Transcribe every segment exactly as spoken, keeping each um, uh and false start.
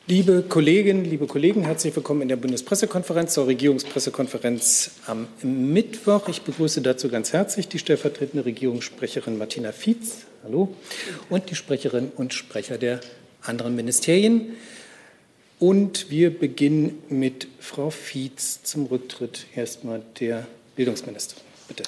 Liebe Kolleginnen, liebe Kollegen, herzlich willkommen in der Bundespressekonferenz zur Regierungspressekonferenz am Mittwoch. Ich begrüße dazu ganz herzlich die stellvertretende Regierungssprecherin Martina Fietz, hallo, und die Sprecherinnen und Sprecher der anderen Ministerien. Und wir beginnen mit Frau Fietz zum Rücktritt erstmal der Bildungsministerin. Bitte.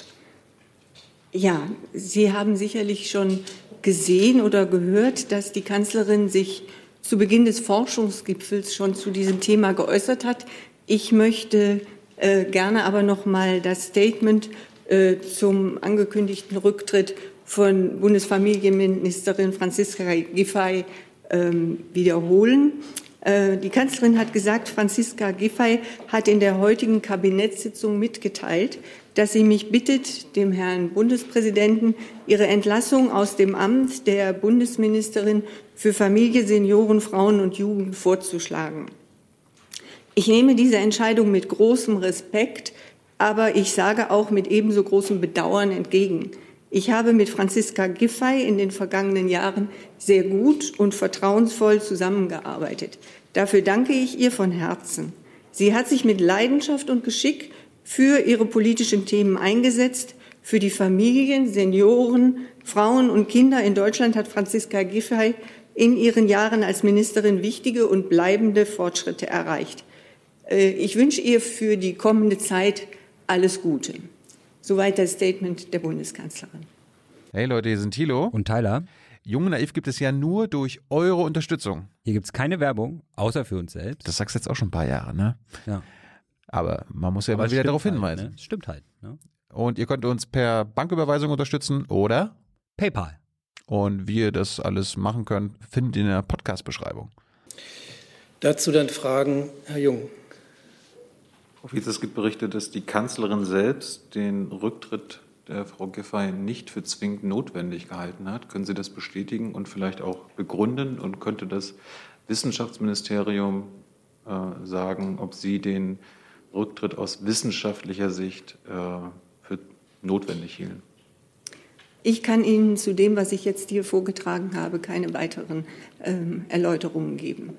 Ja, Sie haben sicherlich schon gesehen oder gehört, dass die Kanzlerin sich zu Beginn des Forschungsgipfels schon zu diesem Thema geäußert hat. Ich möchte äh, gerne aber noch mal das Statement äh, zum angekündigten Rücktritt von Bundesfamilienministerin Franziska Giffey äh, wiederholen. Äh, die Kanzlerin hat gesagt, Franziska Giffey hat in der heutigen Kabinettssitzung mitgeteilt, dass sie mich bittet, dem Herrn Bundespräsidenten ihre Entlassung aus dem Amt der Bundesministerin für Familie, Senioren, Frauen und Jugend vorzuschlagen. Ich nehme diese Entscheidung mit großem Respekt, aber ich sage auch mit ebenso großem Bedauern entgegen. Ich habe mit Franziska Giffey in den vergangenen Jahren sehr gut und vertrauensvoll zusammengearbeitet. Dafür danke ich ihr von Herzen. Sie hat sich mit Leidenschaft und Geschick für ihre politischen Themen eingesetzt. Für die Familien, Senioren, Frauen und Kinder in Deutschland hat Franziska Giffey in ihren Jahren als Ministerin wichtige und bleibende Fortschritte erreicht. Ich wünsche ihr für die kommende Zeit alles Gute. Soweit das Statement der Bundeskanzlerin. Hey Leute, hier sind Thilo und Tyler. Jung und Naiv gibt es ja nur durch eure Unterstützung. Hier gibt es keine Werbung, außer für uns selbst. Das sagst du jetzt auch schon ein paar Jahre, ne? Ja. Aber man muss ja Aber mal wieder darauf halt, hinweisen. Ne? Stimmt halt. Ne? Und ihr könnt uns per Banküberweisung unterstützen oder PayPal. Und wie ihr das alles machen könnt, findet ihr in der Podcast-Beschreibung. Dazu dann Fragen, Herr Jung. Frau Fietz, es gibt Berichte, dass die Kanzlerin selbst den Rücktritt der Frau Giffey nicht für zwingend notwendig gehalten hat. Können Sie das bestätigen und vielleicht auch begründen? Und könnte das Wissenschaftsministerium äh, sagen, ob Sie den Rücktritt aus wissenschaftlicher Sicht äh, für notwendig hielten? Ich kann Ihnen zu dem, was ich jetzt hier vorgetragen habe, keine weiteren ähm, Erläuterungen geben.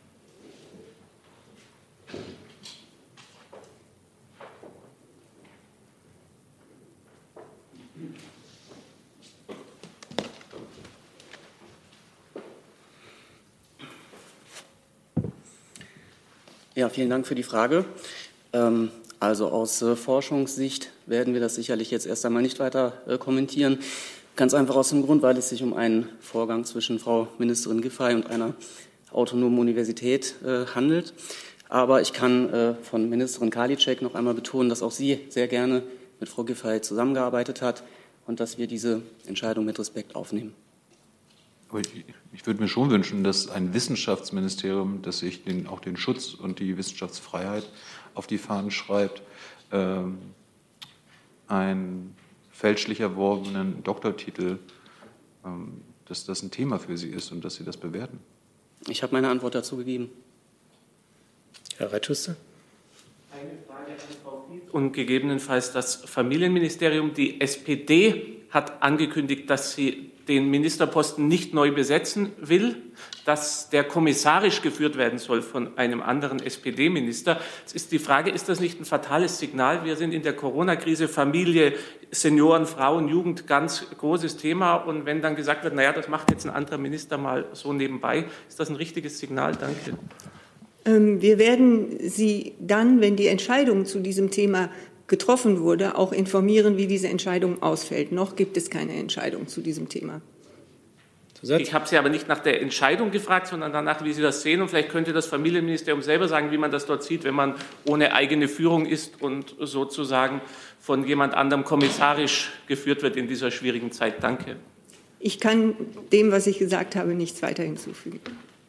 Ja, vielen Dank für die Frage. Ähm, also aus äh, Forschungssicht werden wir das sicherlich jetzt erst einmal nicht weiter äh, kommentieren. Ganz einfach aus dem Grund, weil es sich um einen Vorgang zwischen Frau Ministerin Giffey und einer autonomen Universität äh, handelt. Aber ich kann äh, von Ministerin Karliczek noch einmal betonen, dass auch sie sehr gerne mit Frau Giffey zusammengearbeitet hat und dass wir diese Entscheidung mit Respekt aufnehmen. Aber ich, ich würde mir schon wünschen, dass ein Wissenschaftsministerium, das sich den, auch den Schutz und die Wissenschaftsfreiheit auf die Fahnen schreibt, ähm, einen fälschlich erworbenen Doktortitel, ähm, dass das ein Thema für Sie ist und dass Sie das bewerten. Ich habe meine Antwort dazu gegeben. Herr Reitschuster. Eine Frage an Frau Fietz. Und gegebenenfalls das Familienministerium. Die S P D hat angekündigt, dass sie den Ministerposten nicht neu besetzen will, dass der kommissarisch geführt werden soll von einem anderen S P D-Minister. Jetzt ist die Frage, ist das nicht ein fatales Signal? Wir sind in der Corona-Krise, Familie, Senioren, Frauen, Jugend, ganz großes Thema. Und wenn dann gesagt wird, naja, das macht jetzt ein anderer Minister mal so nebenbei, ist das ein richtiges Signal? Danke. Wir werden Sie dann, wenn die Entscheidung zu diesem Thema getroffen wurde, auch informieren, wie diese Entscheidung ausfällt. Noch gibt es keine Entscheidung zu diesem Thema. Ich habe Sie aber nicht nach der Entscheidung gefragt, sondern danach, wie Sie das sehen. Und vielleicht könnte das Familienministerium selber sagen, wie man das dort sieht, wenn man ohne eigene Führung ist und sozusagen von jemand anderem kommissarisch geführt wird in dieser schwierigen Zeit. Danke. Ich kann dem, was ich gesagt habe, nichts weiter hinzufügen.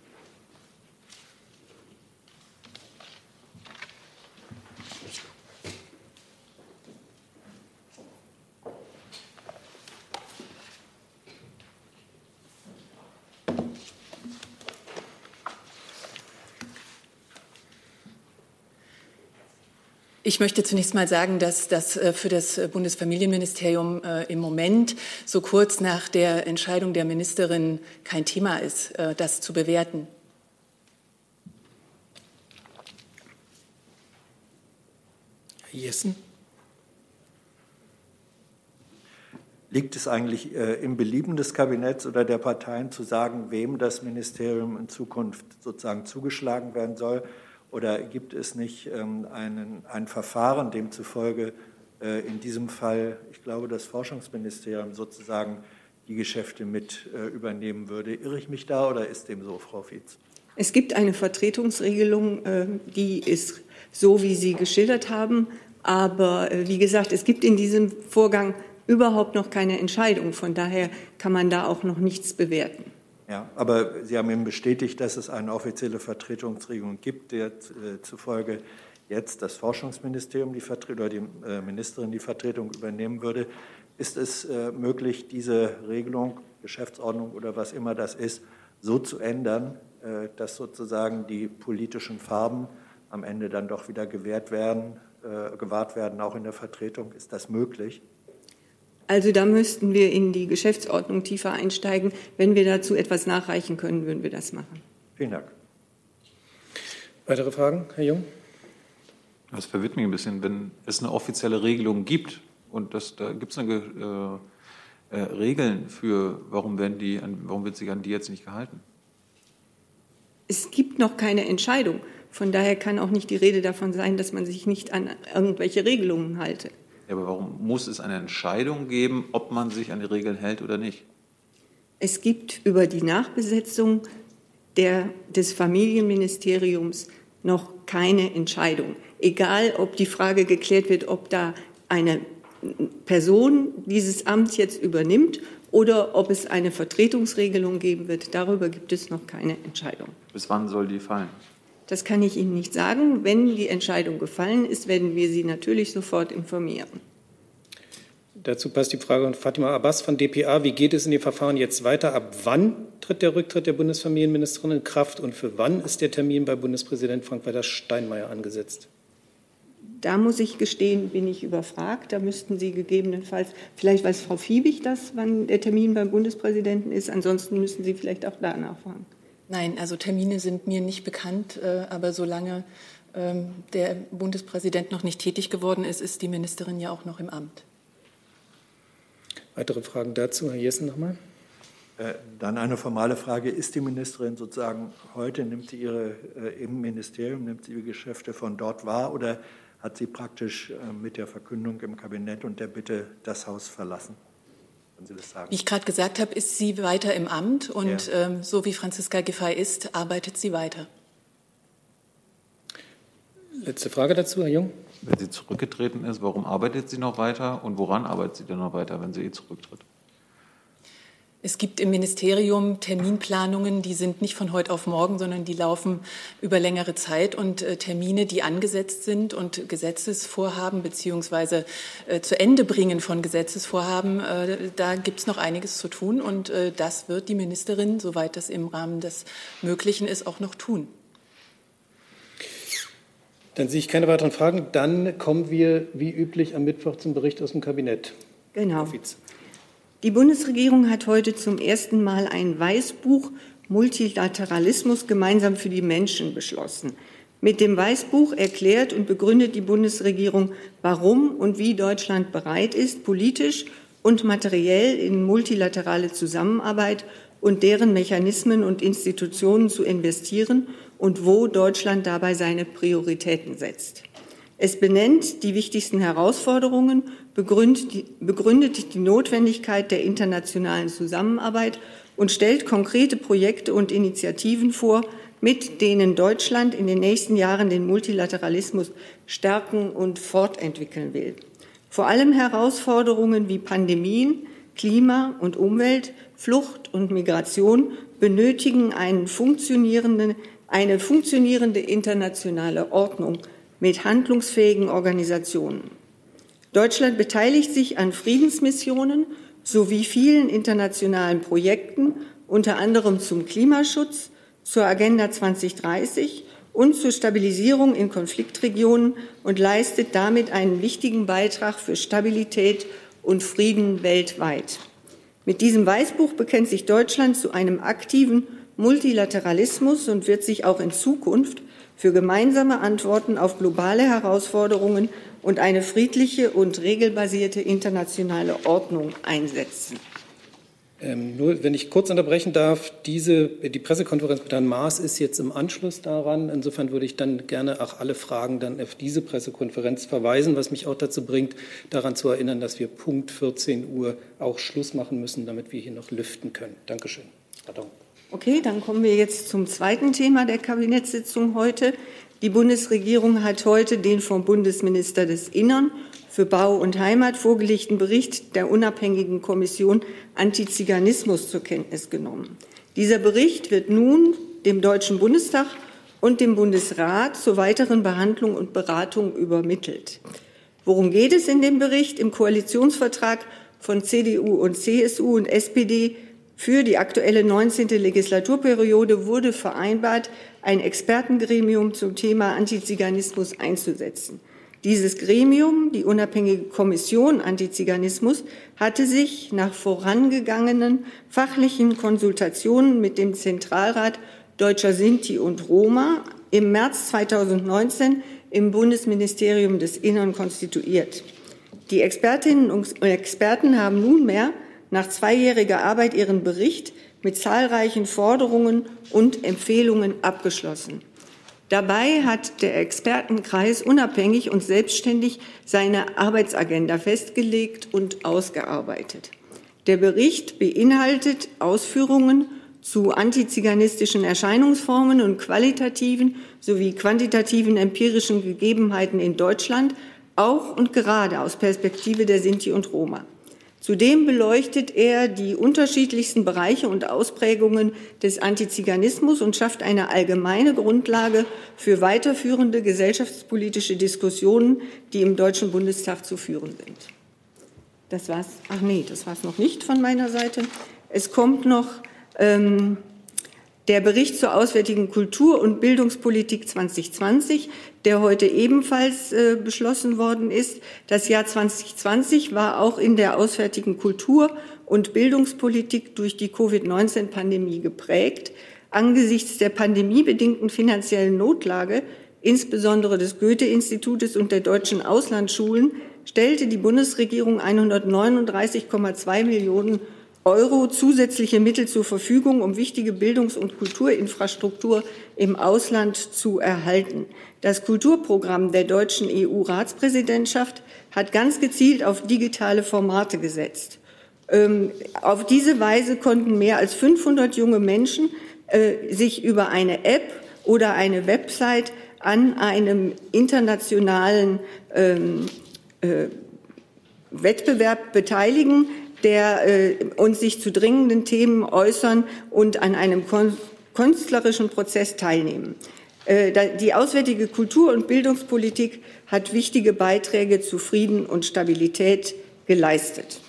Ich möchte zunächst mal sagen, dass das für das Bundesfamilienministerium im Moment so kurz nach der Entscheidung der Ministerin kein Thema ist, das zu bewerten. Herr Jessen? Liegt es eigentlich äh, im Belieben des Kabinetts oder der Parteien zu sagen, wem das Ministerium in Zukunft sozusagen zugeschlagen werden soll? Oder gibt es nicht ähm, einen, ein Verfahren, demzufolge äh, in diesem Fall, ich glaube, das Forschungsministerium sozusagen die Geschäfte mit äh, übernehmen würde? Irre ich mich da oder ist dem so, Frau Fietz? Es gibt eine Vertretungsregelung, äh, die ist so, wie Sie geschildert haben. Aber äh, wie gesagt, es gibt in diesem Vorgang überhaupt noch keine Entscheidung. Von daher kann man da auch noch nichts bewerten. Ja, aber Sie haben eben bestätigt, dass es eine offizielle Vertretungsregelung gibt, der äh, zufolge jetzt das Forschungsministerium die Vertre- oder die äh, Ministerin die Vertretung übernehmen würde. Ist es äh, möglich, diese Regelung, Geschäftsordnung oder was immer das ist, so zu ändern, äh, dass sozusagen die politischen Farben am Ende dann doch wieder gewährt werden, äh, gewahrt werden, auch in der Vertretung? Ist das möglich? Also da müssten wir in die Geschäftsordnung tiefer einsteigen. Wenn wir dazu etwas nachreichen können, würden wir das machen. Vielen Dank. Weitere Fragen, Herr Jung? Das verwirrt mich ein bisschen, wenn es eine offizielle Regelung gibt und das, da gibt es eine äh, äh, Regeln für, warum, werden die, warum wird sich an die jetzt nicht gehalten? Es gibt noch keine Entscheidung. Von daher kann auch nicht die Rede davon sein, dass man sich nicht an irgendwelche Regelungen halte. Ja, aber warum muss es eine Entscheidung geben, ob man sich an die Regeln hält oder nicht? Es gibt über die Nachbesetzung der, des Familienministeriums noch keine Entscheidung. Egal, ob die Frage geklärt wird, ob da eine Person dieses Amt jetzt übernimmt oder ob es eine Vertretungsregelung geben wird. Darüber gibt es noch keine Entscheidung. Bis wann soll die fallen? Das kann ich Ihnen nicht sagen. Wenn die Entscheidung gefallen ist, werden wir Sie natürlich sofort informieren. Dazu passt die Frage von Fatima Abbas von D P A. Wie geht es in dem Verfahren jetzt weiter? Ab wann tritt der Rücktritt der Bundesfamilienministerin in Kraft und für wann ist der Termin bei Bundespräsident Frank-Walter Steinmeier angesetzt? Da muss ich gestehen, bin ich überfragt. Da müssten Sie gegebenenfalls, vielleicht weiß Frau Fiebig das, wann der Termin beim Bundespräsidenten ist. Ansonsten müssen Sie vielleicht auch da nachfragen. Nein, also Termine sind mir nicht bekannt, aber solange der Bundespräsident noch nicht tätig geworden ist, ist die Ministerin ja auch noch im Amt. Weitere Fragen dazu? Herr Jessen nochmal. Dann eine formale Frage. Ist die Ministerin sozusagen heute, nimmt sie ihre im Ministerium, nimmt sie ihre Geschäfte von dort wahr oder hat sie praktisch mit der Verkündung im Kabinett und der Bitte das Haus verlassen? Sie das sagen? Wie ich gerade gesagt habe, ist sie weiter im Amt und ja. ähm, so wie Franziska Giffey ist, arbeitet sie weiter. Letzte Frage dazu, Herr Jung. Wenn sie zurückgetreten ist, warum arbeitet sie noch weiter und woran arbeitet sie denn noch weiter, wenn sie eh zurücktritt? Es gibt im Ministerium Terminplanungen, die sind nicht von heute auf morgen, sondern die laufen über längere Zeit und äh, Termine, die angesetzt sind und Gesetzesvorhaben beziehungsweise äh, zu Ende bringen von Gesetzesvorhaben, äh, da gibt es noch einiges zu tun und äh, das wird die Ministerin, soweit das im Rahmen des Möglichen ist, auch noch tun. Dann sehe ich keine weiteren Fragen. Dann kommen wir wie üblich am Mittwoch zum Bericht aus dem Kabinett. Genau. Die Bundesregierung hat heute zum ersten Mal ein Weißbuch Multilateralismus gemeinsam für die Menschen beschlossen. Mit dem Weißbuch erklärt und begründet die Bundesregierung, warum und wie Deutschland bereit ist, politisch und materiell in multilaterale Zusammenarbeit und deren Mechanismen und Institutionen zu investieren und wo Deutschland dabei seine Prioritäten setzt. Es benennt die wichtigsten Herausforderungen, begründet die Notwendigkeit der internationalen Zusammenarbeit und stellt konkrete Projekte und Initiativen vor, mit denen Deutschland in den nächsten Jahren den Multilateralismus stärken und fortentwickeln will. Vor allem Herausforderungen wie Pandemien, Klima und Umwelt, Flucht und Migration benötigen einen funktionierenden, eine funktionierende internationale Ordnung mit handlungsfähigen Organisationen. Deutschland beteiligt sich an Friedensmissionen sowie vielen internationalen Projekten, unter anderem zum Klimaschutz, zur Agenda zweitausenddreißig und zur Stabilisierung in Konfliktregionen und leistet damit einen wichtigen Beitrag für Stabilität und Frieden weltweit. Mit diesem Weißbuch bekennt sich Deutschland zu einem aktiven Multilateralismus und wird sich auch in Zukunft für gemeinsame Antworten auf globale Herausforderungen und eine friedliche und regelbasierte internationale Ordnung einsetzen. Ähm, nur, wenn ich kurz unterbrechen darf, diese, die Pressekonferenz mit Herrn Maas ist jetzt im Anschluss daran. Insofern würde ich dann gerne auch alle Fragen dann auf diese Pressekonferenz verweisen, was mich auch dazu bringt, daran zu erinnern, dass wir Punkt vierzehn Uhr auch Schluss machen müssen, damit wir hier noch lüften können. Dankeschön. Pardon. Okay, dann kommen wir jetzt zum zweiten Thema der Kabinettssitzung heute. Die Bundesregierung hat heute den vom Bundesminister des Innern für Bau und Heimat vorgelegten Bericht der unabhängigen Kommission Antiziganismus zur Kenntnis genommen. Dieser Bericht wird nun dem Deutschen Bundestag und dem Bundesrat zur weiteren Behandlung und Beratung übermittelt. Worum geht es in dem Bericht? Im Koalitionsvertrag von C D U und C S U und S P D für die aktuelle neunzehnte Legislaturperiode wurde vereinbart, ein Expertengremium zum Thema Antiziganismus einzusetzen. Dieses Gremium, die unabhängige Kommission Antiziganismus, hatte sich nach vorangegangenen fachlichen Konsultationen mit dem Zentralrat Deutscher Sinti und Roma im März zweitausendneunzehn im Bundesministerium des Innern konstituiert. Die Expertinnen und Experten haben nunmehr nach zweijähriger Arbeit ihren Bericht mit zahlreichen Forderungen und Empfehlungen abgeschlossen. Dabei hat der Expertenkreis unabhängig und selbstständig seine Arbeitsagenda festgelegt und ausgearbeitet. Der Bericht beinhaltet Ausführungen zu antiziganistischen Erscheinungsformen und qualitativen sowie quantitativen empirischen Gegebenheiten in Deutschland, auch und gerade aus Perspektive der Sinti und Roma. Zudem beleuchtet er die unterschiedlichsten Bereiche und Ausprägungen des Antiziganismus und schafft eine allgemeine Grundlage für weiterführende gesellschaftspolitische Diskussionen, die im Deutschen Bundestag zu führen sind. Das war's. Ach nee, das war's noch nicht von meiner Seite. Es kommt noch ähm, der Bericht zur auswärtigen Kultur- und Bildungspolitik zwanzig zwanzig, der heute ebenfalls äh, beschlossen worden ist. Das Jahr zwanzig zwanzig war auch in der auswärtigen Kultur- und Bildungspolitik durch die Covid neunzehn Pandemie geprägt. Angesichts der pandemiebedingten finanziellen Notlage, insbesondere des Goethe-Institutes und der deutschen Auslandsschulen, stellte die Bundesregierung hundertneununddreißig Komma zwei Millionen Euro zusätzliche Mittel zur Verfügung, um wichtige Bildungs- und Kulturinfrastruktur im Ausland zu erhalten. Das Kulturprogramm der deutschen E U-Ratspräsidentschaft hat ganz gezielt auf digitale Formate gesetzt. Ähm, auf diese Weise konnten mehr als fünfhundert junge Menschen äh, sich über eine App oder eine Website an einem internationalen ähm, äh, Wettbewerb beteiligen, der äh, uns sich zu dringenden Themen äußern und an einem kon- künstlerischen Prozess teilnehmen. Äh, die auswärtige Kultur- und Bildungspolitik hat wichtige Beiträge zu Frieden und Stabilität geleistet.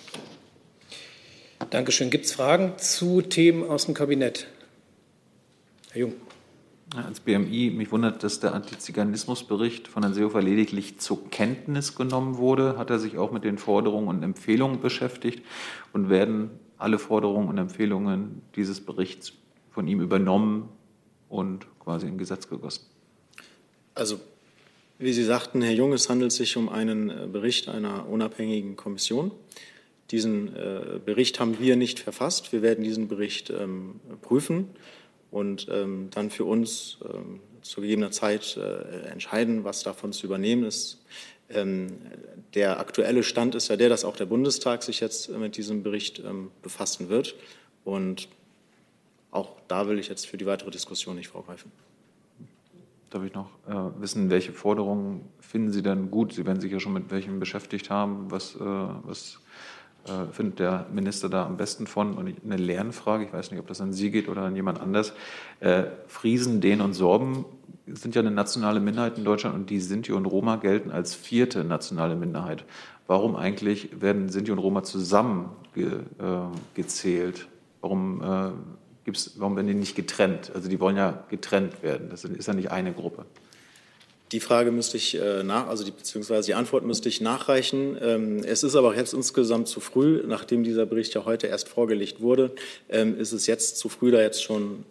Dankeschön. Gibt es Fragen zu Themen aus dem Kabinett? Herr Jung. Als B M I, mich wundert, dass der Antiziganismusbericht von Herrn Seehofer lediglich zur Kenntnis genommen wurde. Hat er sich auch mit den Forderungen und Empfehlungen beschäftigt? Und werden alle Forderungen und Empfehlungen dieses Berichts von ihm übernommen und quasi in Gesetz gegossen? Also, wie Sie sagten, Herr Jung, es handelt sich um einen Bericht einer unabhängigen Kommission. Diesen äh, Bericht haben wir nicht verfasst. Wir werden diesen Bericht ähm, prüfen und ähm, dann für uns ähm, zu gegebener Zeit äh, entscheiden, was davon zu übernehmen ist. Ähm, der aktuelle Stand ist ja der, dass auch der Bundestag sich jetzt mit diesem Bericht ähm, befassen wird. Und auch da will ich jetzt für die weitere Diskussion nicht vorgreifen. Darf ich noch äh, wissen, welche Forderungen finden Sie denn gut? Sie werden sich ja schon mit welchen beschäftigt haben. Was, äh, was äh, findet der Minister da am besten von? Und eine Lernfrage, ich weiß nicht, ob das an Sie geht oder an jemand anders. Äh, Friesen, Dänen und Sorben sind ja eine nationale Minderheit in Deutschland und die Sinti und Roma gelten als vierte nationale Minderheit. Warum eigentlich werden Sinti und Roma zusammen ge, äh, gezählt? Warum, äh, gibt's, warum werden die nicht getrennt? Also die wollen ja getrennt werden. Das ist ja nicht eine Gruppe. Die Frage müsste ich äh, nach, also die, beziehungsweise die Antwort müsste ich nachreichen. Ähm, es ist aber auch jetzt insgesamt zu früh, nachdem dieser Bericht ja heute erst vorgelegt wurde, ähm, ist es jetzt zu früh, da jetzt schon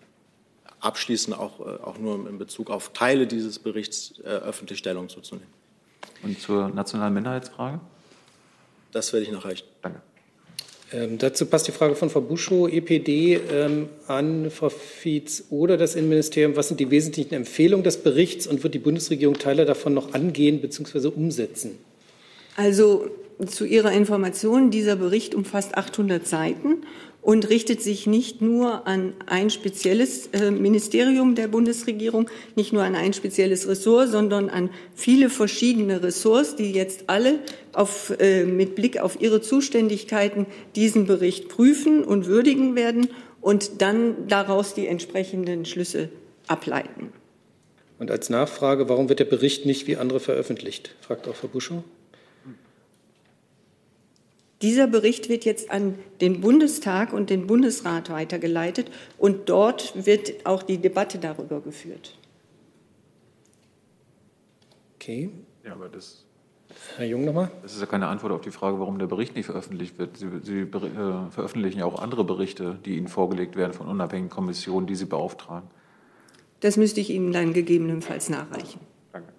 abschließend auch, äh, auch nur in Bezug auf Teile dieses Berichts äh, öffentlich Stellung zuzunehmen. Und zur nationalen Minderheitsfrage? Das werde ich nachreichen. Danke. Ähm, dazu passt die Frage von Frau Buschow, E P D, ähm, an Frau Fietz oder das Innenministerium. Was sind die wesentlichen Empfehlungen des Berichts und wird die Bundesregierung Teile davon noch angehen bzw. umsetzen? Also zu Ihrer Information, dieser Bericht umfasst achthundert Seiten und richtet sich nicht nur an ein spezielles äh, Ministerium der Bundesregierung, nicht nur an ein spezielles Ressort, sondern an viele verschiedene Ressorts, die jetzt alle auf, äh, mit Blick auf ihre Zuständigkeiten diesen Bericht prüfen und würdigen werden und dann daraus die entsprechenden Schlüsse ableiten. Und als Nachfrage, warum wird der Bericht nicht wie andere veröffentlicht? Fragt auch Frau Buschow. Dieser Bericht wird jetzt an den Bundestag und den Bundesrat weitergeleitet und dort wird auch die Debatte darüber geführt. Okay. Ja, aber das, Herr Jung nochmal. das ist ja keine Antwort auf die Frage, warum der Bericht nicht veröffentlicht wird. Sie, Sie äh, veröffentlichen ja auch andere Berichte, die Ihnen vorgelegt werden von unabhängigen Kommissionen, die Sie beauftragen. Das müsste ich Ihnen dann gegebenenfalls nachreichen. Danke.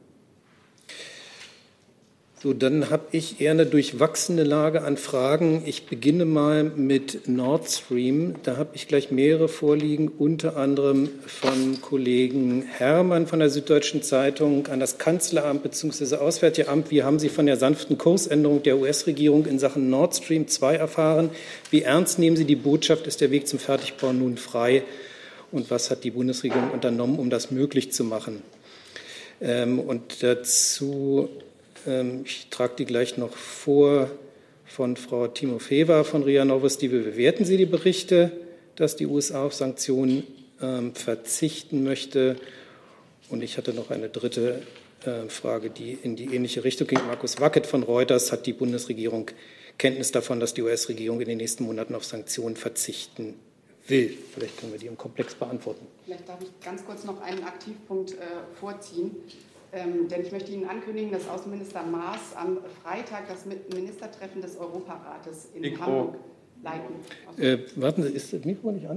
So, dann habe ich eher eine durchwachsene Lage an Fragen. Ich beginne mal mit Nord Stream. Da habe ich gleich mehrere vorliegen, unter anderem von Kollegen Herrmann von der Süddeutschen Zeitung an das Kanzleramt bzw. Auswärtige Amt. Wie haben Sie von der sanften Kursänderung der U S-Regierung in Sachen Nord Stream zwei erfahren? Wie ernst nehmen Sie die Botschaft? Ist der Weg zum Fertigbau nun frei? Und was hat die Bundesregierung unternommen, um das möglich zu machen? Ähm, und dazu... Ich trage die gleich noch vor von Frau Timofeeva von R I A Novosti. Wie bewerten Sie die Berichte, dass die U S A auf Sanktionen ähm, verzichten möchte? Und ich hatte noch eine dritte äh, Frage, die in die ähnliche Richtung ging. Markus Wackett von Reuters: Hat die Bundesregierung Kenntnis davon, dass die U S-Regierung in den nächsten Monaten auf Sanktionen verzichten will? Vielleicht können wir die im Komplex beantworten. Vielleicht darf ich ganz kurz noch einen Aktivpunkt äh, vorziehen. Ähm, denn ich möchte Ihnen ankündigen, dass Außenminister Maas am Freitag das Ministertreffen des Europarates in Mikro. Hamburg leiten. Äh, warten Sie, ist das Mikro nicht an?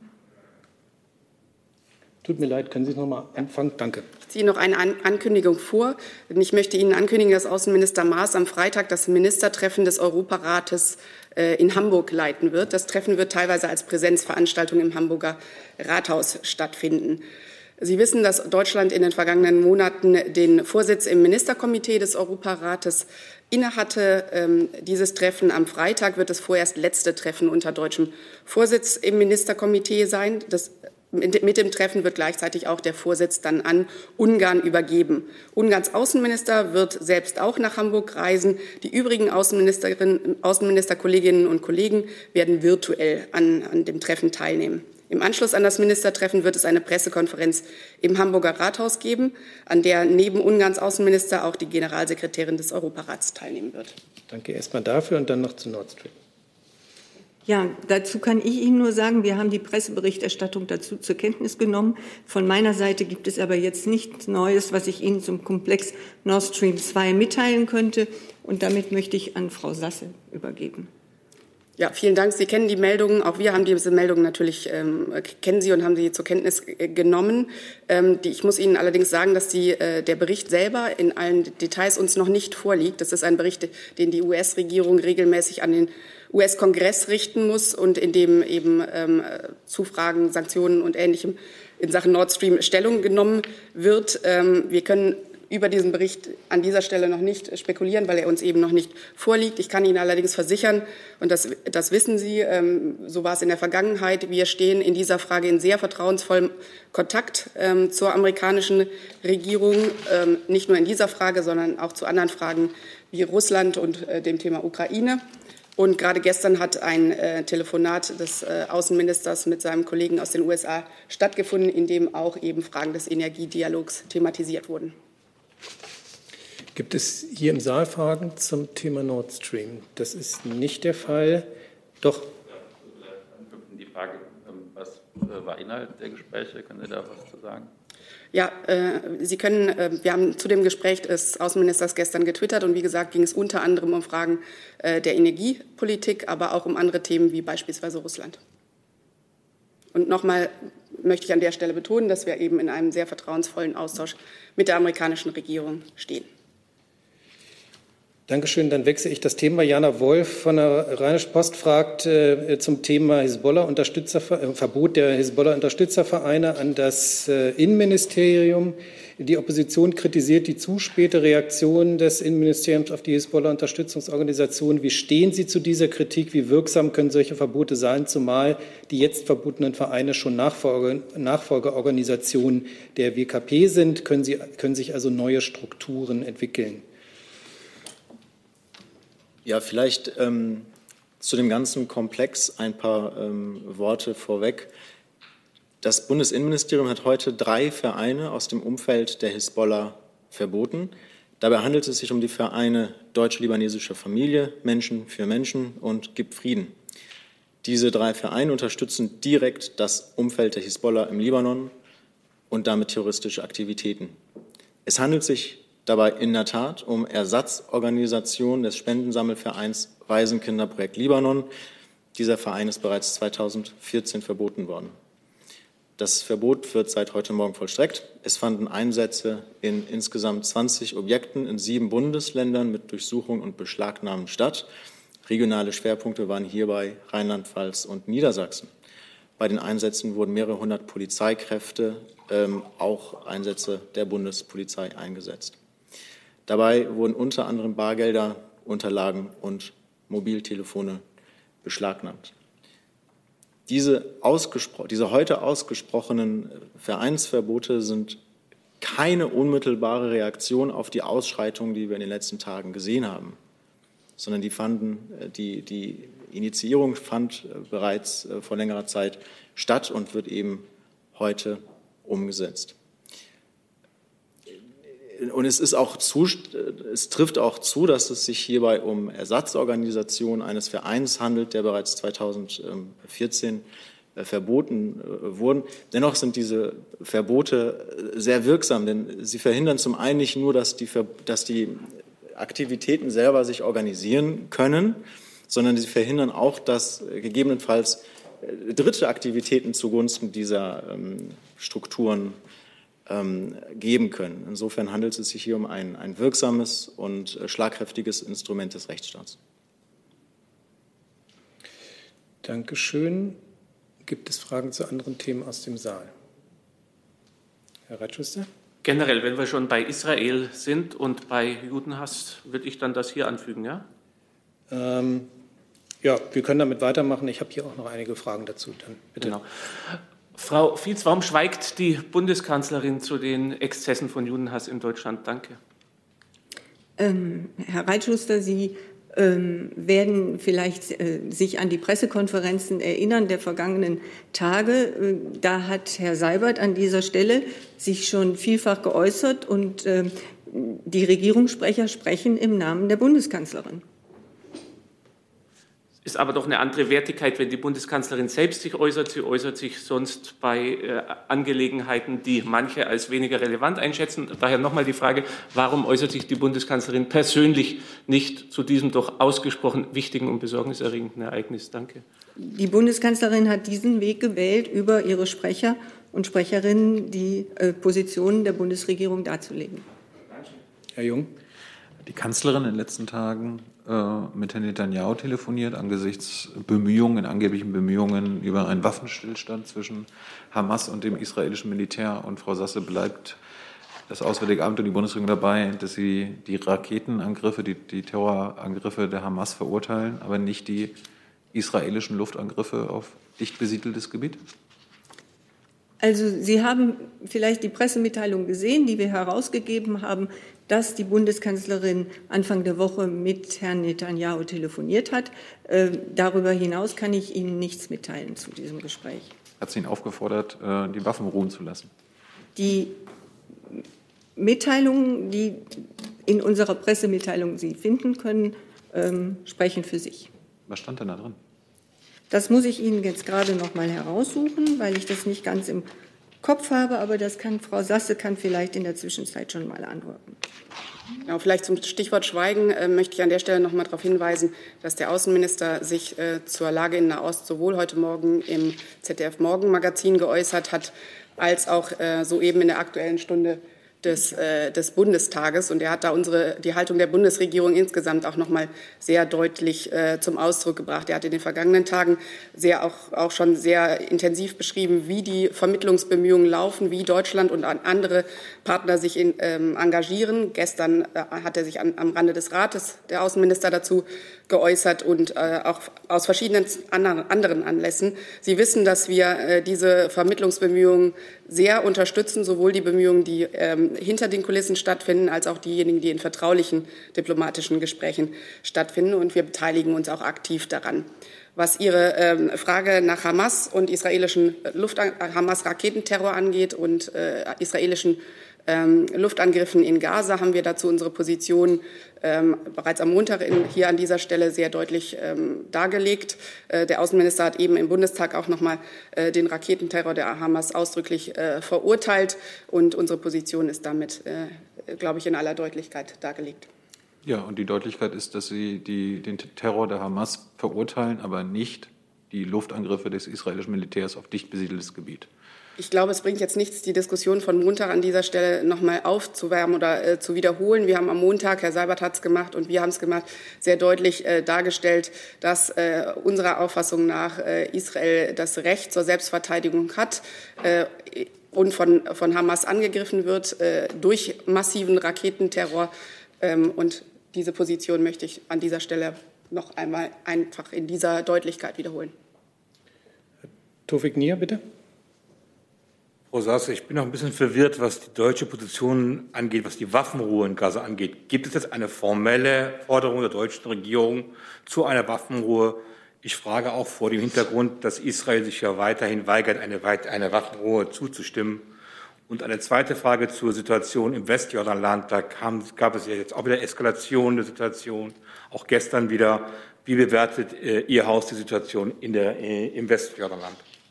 Tut mir leid, können Sie es noch mal anfangen? Danke. Ich ziehe noch eine an Ankündigung vor. Denn ich möchte Ihnen ankündigen, dass Außenminister Maas am Freitag das Ministertreffen des Europarates äh, in Hamburg leiten wird. Das Treffen wird teilweise als Präsenzveranstaltung im Hamburger Rathaus stattfinden. Sie wissen, dass Deutschland in den vergangenen Monaten den Vorsitz im Ministerkomitee des Europarates innehatte. Ähm, dieses Treffen am Freitag wird das vorerst letzte Treffen unter deutschem Vorsitz im Ministerkomitee sein. Das, mit, mit dem Treffen wird gleichzeitig auch der Vorsitz dann an Ungarn übergeben. Ungarns Außenminister wird selbst auch nach Hamburg reisen. Die übrigen Außenministerinnen, Außenministerkolleginnen und Kollegen werden virtuell an, an dem Treffen teilnehmen. Im Anschluss an das Ministertreffen wird es eine Pressekonferenz im Hamburger Rathaus geben, an der neben Ungarns Außenminister auch die Generalsekretärin des Europarats teilnehmen wird. Danke erstmal dafür und dann noch zu Nord Stream. Ja, dazu kann ich Ihnen nur sagen, wir haben die Presseberichterstattung dazu zur Kenntnis genommen. Von meiner Seite gibt es aber jetzt nichts Neues, was ich Ihnen zum Komplex Nord Stream zwei mitteilen könnte. Und damit möchte ich an Frau Sasse übergeben. Ja, vielen Dank. Sie kennen die Meldungen. Auch wir haben diese Meldungen natürlich, ähm, kennen sie und haben sie zur Kenntnis äh, genommen. Ähm, die, ich muss Ihnen allerdings sagen, dass die, äh, der Bericht selber in allen Details uns noch nicht vorliegt. Das ist ein Bericht, den die U S-Regierung regelmäßig an den U S-Kongress richten muss und in dem eben ähm, zu Fragen, Sanktionen und Ähnlichem in Sachen Nord Stream Stellung genommen wird. Ähm, wir können über diesen Bericht an dieser Stelle noch nicht spekulieren, weil er uns eben noch nicht vorliegt. Ich kann Ihnen allerdings versichern, und das, das wissen Sie, ähm, so war es in der Vergangenheit, wir stehen in dieser Frage in sehr vertrauensvollem Kontakt ähm, zur amerikanischen Regierung, ähm, nicht nur in dieser Frage, sondern auch zu anderen Fragen wie Russland und äh, dem Thema Ukraine. Und gerade gestern hat ein äh, Telefonat des äh, Außenministers mit seinem Kollegen aus den U S A stattgefunden, in dem auch eben Fragen des Energiedialogs thematisiert wurden. Gibt es hier im Saal Fragen zum Thema Nord Stream? Das ist nicht der Fall. Doch. Die Frage, was war Inhalt der Gespräche? Können Sie da was zu sagen? Ja, äh, Sie können, äh, wir haben zu dem Gespräch des Außenministers gestern getwittert und wie gesagt ging es unter anderem um Fragen äh, der Energiepolitik, aber auch um andere Themen wie beispielsweise Russland. Und nochmal möchte ich an der Stelle betonen, dass wir eben in einem sehr vertrauensvollen Austausch mit der amerikanischen Regierung stehen. Dankeschön. Dann wechsle ich das Thema. Jana Wolf von der Rheinischen Post fragt äh, zum Thema Hisbollah-Unterstützer, äh, Verbot der Hisbollah-Unterstützervereine an das äh, Innenministerium. Die Opposition kritisiert die zu späte Reaktion des Innenministeriums auf die Hisbollah-Unterstützungsorganisation. Wie stehen Sie zu dieser Kritik? Wie wirksam können solche Verbote sein, zumal die jetzt verbotenen Vereine schon Nachfolge, Nachfolgeorganisationen der W K P sind? Können, Sie, können sich also neue Strukturen entwickeln? Ja, vielleicht ähm, zu dem ganzen Komplex ein paar ähm, Worte vorweg. Das Bundesinnenministerium hat heute drei Vereine aus dem Umfeld der Hisbollah verboten. Dabei handelt es sich um die Vereine Deutsch-Libanesische Familie, Menschen für Menschen und Gib Frieden. Diese drei Vereine unterstützen direkt das Umfeld der Hisbollah im Libanon und damit terroristische Aktivitäten. Es handelt sich dabei in der Tat um Ersatzorganisationen des Spendensammelvereins Waisenkinderprojekt Libanon. Dieser Verein ist bereits zweitausendvierzehn verboten worden. Das Verbot wird seit heute Morgen vollstreckt. Es fanden Einsätze in insgesamt zwanzig Objekten in sieben Bundesländern mit Durchsuchung und Beschlagnahmen statt. Regionale Schwerpunkte waren hierbei Rheinland-Pfalz und Niedersachsen. Bei den Einsätzen wurden mehrere hundert Polizeikräfte, ähm, auch Einsätze der Bundespolizei eingesetzt. Dabei wurden unter anderem Bargelder, Unterlagen und Mobiltelefone beschlagnahmt. Diese, ausgespro- diese heute ausgesprochenen Vereinsverbote sind keine unmittelbare Reaktion auf die Ausschreitungen, die wir in den letzten Tagen gesehen haben, sondern die, fanden, die, die Initiierung fand bereits vor längerer Zeit statt und wird eben heute umgesetzt. Und es ist auch zu, es trifft auch zu, dass es sich hierbei um Ersatzorganisationen eines Vereins handelt, der bereits zweitausendvierzehn verboten wurden. Dennoch sind diese Verbote sehr wirksam, denn sie verhindern zum einen nicht nur, dass die, dass die Aktivitäten selber sich organisieren können, sondern sie verhindern auch, dass gegebenenfalls dritte Aktivitäten zugunsten dieser Strukturen geben können. Insofern handelt es sich hier um ein, ein wirksames und schlagkräftiges Instrument des Rechtsstaats. Dankeschön. Gibt es Fragen zu anderen Themen aus dem Saal? Herr Reitschuster? Generell, wenn wir schon bei Israel sind und bei Judenhass, würde ich dann das hier anfügen, ja? Ähm, ja, wir können damit weitermachen. Ich habe hier auch noch einige Fragen dazu. Dann bitte. Genau. Frau Fietz, warum schweigt die Bundeskanzlerin zu den Exzessen von Judenhass in Deutschland? Danke. Ähm, Herr Reitschuster, Sie ähm, werden vielleicht äh, sich an die Pressekonferenzen erinnern der vergangenen Tage. Äh, da hat Herr Seibert an dieser Stelle sich schon vielfach geäußert und äh, die Regierungssprecher sprechen im Namen der Bundeskanzlerin. Ist aber doch eine andere Wertigkeit, wenn die Bundeskanzlerin selbst sich äußert. Sie äußert sich sonst bei äh, Angelegenheiten, die manche als weniger relevant einschätzen. Daher nochmal die Frage, warum äußert sich die Bundeskanzlerin persönlich nicht zu diesem doch ausgesprochen wichtigen und besorgniserregenden Ereignis? Danke. Die Bundeskanzlerin hat diesen Weg gewählt, über ihre Sprecher und Sprecherinnen die äh, Positionen der Bundesregierung darzulegen. Herr Jung. Die Kanzlerin in den letzten Tagen äh, mit Herrn Netanyahu telefoniert angesichts Bemühungen, angeblichen Bemühungen über einen Waffenstillstand zwischen Hamas und dem israelischen Militär. Und Frau Sasse, bleibt das Auswärtige Amt und die Bundesregierung dabei, dass sie die Raketenangriffe, die, die Terrorangriffe der Hamas verurteilen, aber nicht die israelischen Luftangriffe auf dicht besiedeltes Gebiet? Also Sie haben vielleicht die Pressemitteilung gesehen, die wir herausgegeben haben, dass die Bundeskanzlerin Anfang der Woche mit Herrn Netanyahu telefoniert hat. Äh, darüber hinaus kann ich Ihnen nichts mitteilen zu diesem Gespräch. Hat sie ihn aufgefordert, äh, die Waffen ruhen zu lassen? Die Mitteilungen, die in unserer Pressemitteilung Sie finden können, ähm, sprechen für sich. Was stand denn da drin? Das muss ich Ihnen jetzt gerade noch mal heraussuchen, weil ich das nicht ganz im Kopf habe, aber das kann Frau Sasse kann vielleicht in der Zwischenzeit schon mal antworten. Genau, vielleicht zum Stichwort Schweigen äh, möchte ich an der Stelle noch mal darauf hinweisen, dass der Außenminister sich äh, zur Lage in Nahost sowohl heute Morgen im Z D F-Morgenmagazin geäußert hat, als auch äh, soeben in der Aktuellen Stunde des, äh, des Bundestages. Und er hat da unsere, die Haltung der Bundesregierung insgesamt auch noch mal sehr deutlich äh, zum Ausdruck gebracht. Er hat in den vergangenen Tagen sehr auch, auch schon sehr intensiv beschrieben, wie die Vermittlungsbemühungen laufen, wie Deutschland und andere Partner sich in, ähm, engagieren. Gestern äh, hat er sich an, am Rande des Rates, der Außenminister, dazu geäußert und äh, auch aus verschiedenen anderen, anderen Anlässen. Sie wissen, dass wir äh, diese Vermittlungsbemühungen sehr unterstützen, sowohl die Bemühungen, die ähm, hinter den Kulissen stattfinden, als auch diejenigen, die in vertraulichen diplomatischen Gesprächen stattfinden. Und wir beteiligen uns auch aktiv daran. Was Ihre ähm, Frage nach Hamas und israelischen Luft Hamas-Raketenterror angeht und äh, israelischen ähm, Luftangriffen in Gaza, haben wir dazu unsere Position ähm, bereits am Montag in, hier an dieser Stelle sehr deutlich ähm, dargelegt. Äh, der Außenminister hat eben im Bundestag auch noch mal äh, den Raketenterror der Hamas ausdrücklich äh, verurteilt. Und unsere Position ist damit, äh, glaube ich, in aller Deutlichkeit dargelegt. Ja, und die Deutlichkeit ist, dass Sie die, den Terror der Hamas verurteilen, aber nicht die Luftangriffe des israelischen Militärs auf dicht besiedeltes Gebiet. Ich glaube, es bringt jetzt nichts, die Diskussion von Montag an dieser Stelle noch mal aufzuwärmen oder äh, zu wiederholen. Wir haben am Montag, Herr Seibert hat es gemacht und wir haben es gemacht, sehr deutlich äh, dargestellt, dass äh, unserer Auffassung nach äh, Israel das Recht zur Selbstverteidigung hat äh, und von, von Hamas angegriffen wird äh, durch massiven Raketenterror. Ähm, und diese Position möchte ich an dieser Stelle noch einmal einfach in dieser Deutlichkeit wiederholen. Tawfik Nia, bitte. Frau Sasse, ich bin noch ein bisschen verwirrt, was die deutsche Position angeht, was die Waffenruhe in Gaza angeht. Gibt es jetzt eine formelle Forderung der deutschen Regierung zu einer Waffenruhe? Ich frage auch vor dem Hintergrund, dass Israel sich ja weiterhin weigert, eine, eine Waffenruhe zuzustimmen. Und eine zweite Frage zur Situation im Westjordanland. Da kam, gab es ja jetzt auch wieder Eskalation der Situation, auch gestern wieder. Wie bewertet äh, Ihr Haus die Situation in der, äh, im Westjordanland?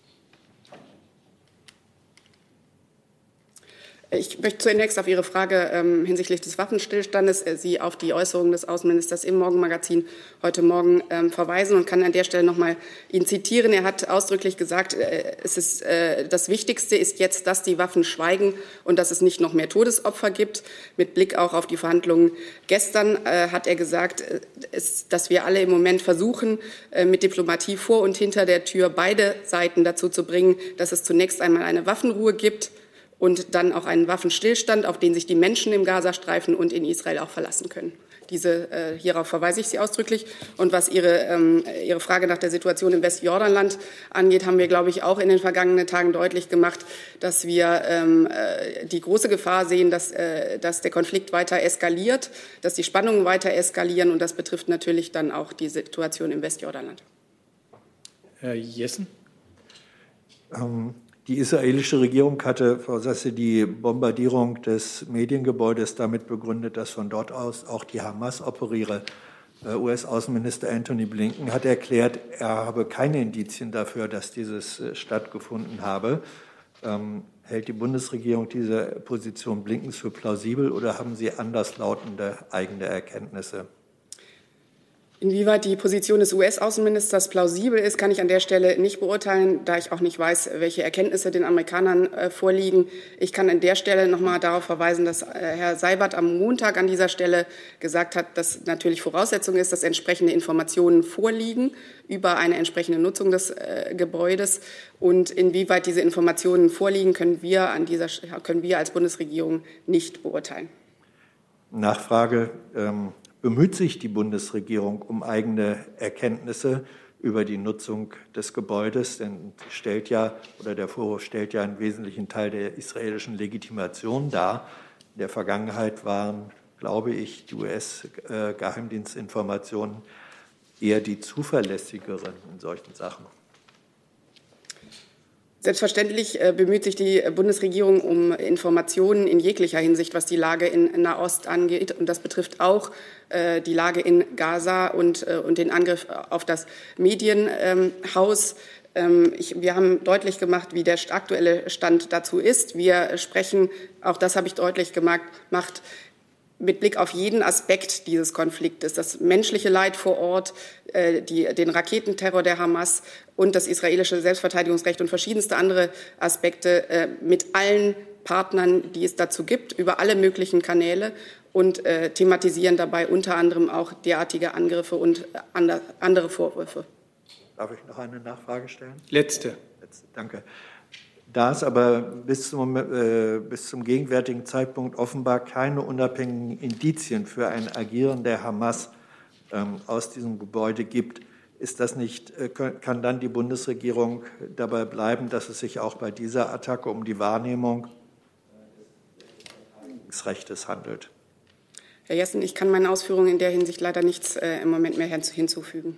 Ich möchte zunächst auf Ihre Frage ähm, hinsichtlich des Waffenstillstandes, äh, Sie auf die Äußerungen des Außenministers im Morgenmagazin heute Morgen ähm, verweisen und kann an der Stelle noch mal ihn zitieren. Er hat ausdrücklich gesagt, äh, es ist, äh, das Wichtigste ist jetzt, dass die Waffen schweigen und dass es nicht noch mehr Todesopfer gibt. Mit Blick auch auf die Verhandlungen gestern äh, hat er gesagt, äh, es, dass wir alle im Moment versuchen, äh, mit Diplomatie vor und hinter der Tür beide Seiten dazu zu bringen, dass es zunächst einmal eine Waffenruhe gibt und dann auch einen Waffenstillstand, auf den sich die Menschen im Gazastreifen und in Israel auch verlassen können. Diese, äh, hierauf verweise ich Sie ausdrücklich. Und was Ihre, ähm, Ihre Frage nach der Situation im Westjordanland angeht, haben wir, glaube ich, auch in den vergangenen Tagen deutlich gemacht, dass wir ähm, äh, die große Gefahr sehen, dass, äh, dass der Konflikt weiter eskaliert, dass die Spannungen weiter eskalieren. Und das betrifft natürlich dann auch die Situation im Westjordanland. Herr Jessen? Ähm Die israelische Regierung hatte, Frau Sasse, die Bombardierung des Mediengebäudes damit begründet, dass von dort aus auch die Hamas operiere. U S-Außenminister Antony Blinken hat erklärt, er habe keine Indizien dafür, dass dieses stattgefunden habe. Ähm, hält die Bundesregierung diese Position Blinkens für plausibel oder haben Sie anderslautende eigene Erkenntnisse? Inwieweit die Position des U S-Außenministers plausibel ist, kann ich an der Stelle nicht beurteilen, da ich auch nicht weiß, welche Erkenntnisse den Amerikanern äh, vorliegen. Ich kann an der Stelle noch mal darauf verweisen, dass äh, Herr Seibert am Montag an dieser Stelle gesagt hat, dass natürlich Voraussetzung ist, dass entsprechende Informationen vorliegen über eine entsprechende Nutzung des äh, Gebäudes. Und inwieweit diese Informationen vorliegen, können wir, an dieser, können wir als Bundesregierung nicht beurteilen. Nachfrage. Ähm Bemüht sich die Bundesregierung um eigene Erkenntnisse über die Nutzung des Gebäudes? Denn stellt ja, oder der Vorwurf stellt ja einen wesentlichen Teil der israelischen Legitimation dar. In der Vergangenheit waren, glaube ich, die U S-Geheimdienstinformationen eher die zuverlässigeren in solchen Sachen. Selbstverständlich äh, bemüht sich die Bundesregierung um Informationen in jeglicher Hinsicht, was die Lage in Nahost angeht. Und das betrifft auch äh, die Lage in Gaza und, äh, und den Angriff auf das Medienhaus. Ähm, ich, wir haben deutlich gemacht, wie der aktuelle Stand dazu ist. Wir sprechen, auch das habe ich deutlich gemacht, macht, mit Blick auf jeden Aspekt dieses Konfliktes, das menschliche Leid vor Ort, äh, die, den Raketenterror der Hamas und das israelische Selbstverteidigungsrecht und verschiedenste andere Aspekte äh, mit allen Partnern, die es dazu gibt, über alle möglichen Kanäle und äh, thematisieren dabei unter anderem auch derartige Angriffe und andre, andere Vorwürfe. Darf ich noch eine Nachfrage stellen? Letzte. Letzte, danke. Da es aber bis zum, äh, bis zum gegenwärtigen Zeitpunkt offenbar keine unabhängigen Indizien für ein Agieren der Hamas ähm, aus diesem Gebäude gibt, ist das nicht, äh, kann dann die Bundesregierung dabei bleiben, dass es sich auch bei dieser Attacke um die Wahrnehmung des Rechtes handelt? Herr Jessen, ich kann meinen Ausführungen in der Hinsicht leider nichts äh, im Moment mehr hinzufügen.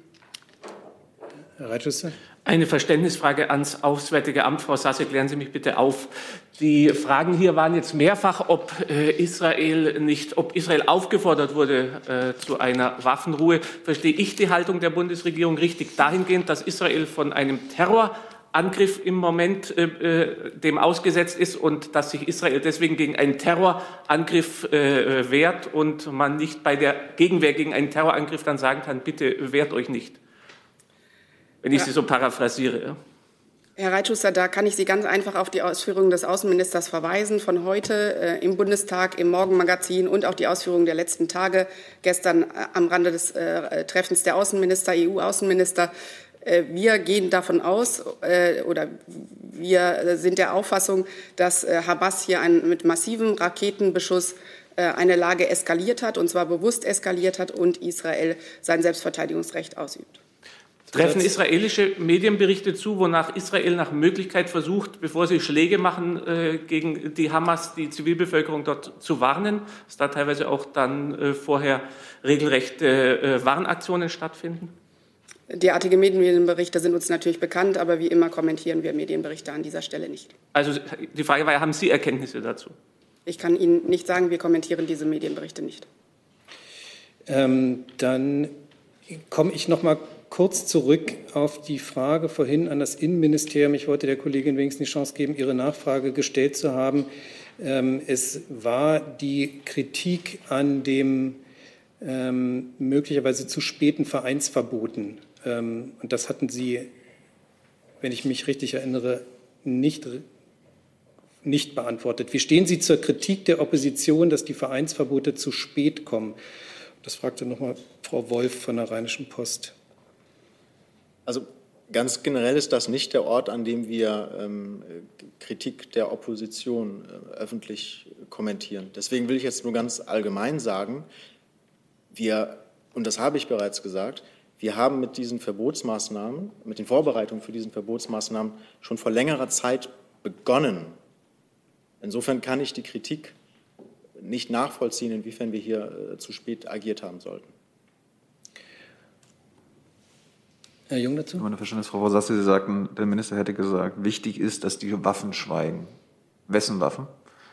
Herr Reitschuster? Eine Verständnisfrage ans Auswärtige Amt. Frau Sasse, klären Sie mich bitte auf. Die Fragen hier waren jetzt mehrfach, ob äh, Israel nicht, ob Israel aufgefordert wurde äh, zu einer Waffenruhe. Verstehe ich die Haltung der Bundesregierung richtig dahingehend, dass Israel von einem Terrorangriff im Moment äh, dem ausgesetzt ist und dass sich Israel deswegen gegen einen Terrorangriff äh, wehrt und man nicht bei der Gegenwehr gegen einen Terrorangriff dann sagen kann, bitte wehrt euch nicht? Wenn ich Sie so paraphrasiere. Herr Reitschuster, da kann ich Sie ganz einfach auf die Ausführungen des Außenministers verweisen von heute äh, im Bundestag, im Morgenmagazin und auch die Ausführungen der letzten Tage, gestern äh, am Rande des äh, Treffens der Außenminister, E U-Außenminister. Äh, wir gehen davon aus äh, oder wir sind der Auffassung, dass äh, Hamas hier ein, mit massivem Raketenbeschuss äh, eine Lage eskaliert hat, und zwar bewusst eskaliert hat und Israel sein Selbstverteidigungsrecht ausübt. Treffen israelische Medienberichte zu, wonach Israel nach Möglichkeit versucht, bevor sie Schläge machen äh, gegen die Hamas, die Zivilbevölkerung dort zu warnen, dass da teilweise auch dann äh, vorher regelrechte äh, Warnaktionen stattfinden? Derartige Medienberichte sind uns natürlich bekannt, aber wie immer kommentieren wir Medienberichte an dieser Stelle nicht. Also die Frage war ja, haben Sie Erkenntnisse dazu? Ich kann Ihnen nicht sagen, wir kommentieren diese Medienberichte nicht. Ähm, dann komme ich noch mal kurz zurück auf die Frage vorhin an das Innenministerium. Ich wollte der Kollegin wenigstens die Chance geben, ihre Nachfrage gestellt zu haben. Es war die Kritik an dem ähm, möglicherweise zu späten Vereinsverboten. Ähm, und das hatten Sie, wenn ich mich richtig erinnere, nicht, nicht beantwortet. Wie stehen Sie zur Kritik der Opposition, dass die Vereinsverbote zu spät kommen? Das fragte noch mal Frau Wolf von der Rheinischen Post. Also ganz generell ist das nicht der Ort, an dem wir ähm, Kritik der Opposition äh, öffentlich kommentieren. Deswegen will ich jetzt nur ganz allgemein sagen, wir, und das habe ich bereits gesagt, wir haben mit diesen Verbotsmaßnahmen, mit den Vorbereitungen für diesen Verbotsmaßnahmen schon vor längerer Zeit begonnen. Insofern kann ich die Kritik nicht nachvollziehen, inwiefern wir hier äh, zu spät agiert haben sollten. Herr Jung dazu? Meine Verständnis, Frau Vosasse, Sie sagten, der Minister hätte gesagt, wichtig ist, dass die Waffen schweigen. Wessen Waffen?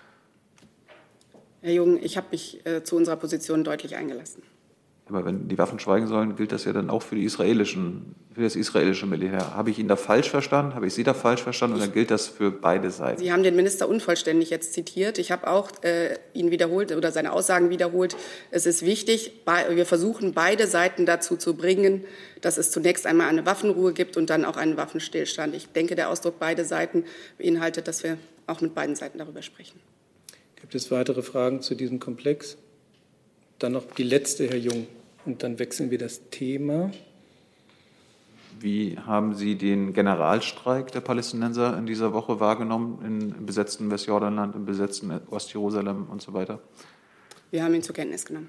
Herr Jung, ich habe mich äh, zu unserer Position deutlich eingelassen. Aber wenn die Waffen schweigen sollen, gilt das ja dann auch für, die israelischen, für das israelische Militär. Habe ich ihn da falsch verstanden? Habe ich Sie da falsch verstanden? Oder gilt das für beide Seiten? Sie haben den Minister unvollständig jetzt zitiert. Ich habe auch äh, ihn wiederholt oder seine Aussagen wiederholt. Es ist wichtig, wir versuchen beide Seiten dazu zu bringen, dass es zunächst einmal eine Waffenruhe gibt und dann auch einen Waffenstillstand. Ich denke, der Ausdruck beide Seiten beinhaltet, dass wir auch mit beiden Seiten darüber sprechen. Gibt es weitere Fragen zu diesem Komplex? Dann noch die letzte, Herr Jung, und dann wechseln wir das Thema. Wie haben Sie den Generalstreik der Palästinenser in dieser Woche wahrgenommen, im besetzten Westjordanland, im besetzten Ostjerusalem und so weiter? Wir haben ihn zur Kenntnis genommen.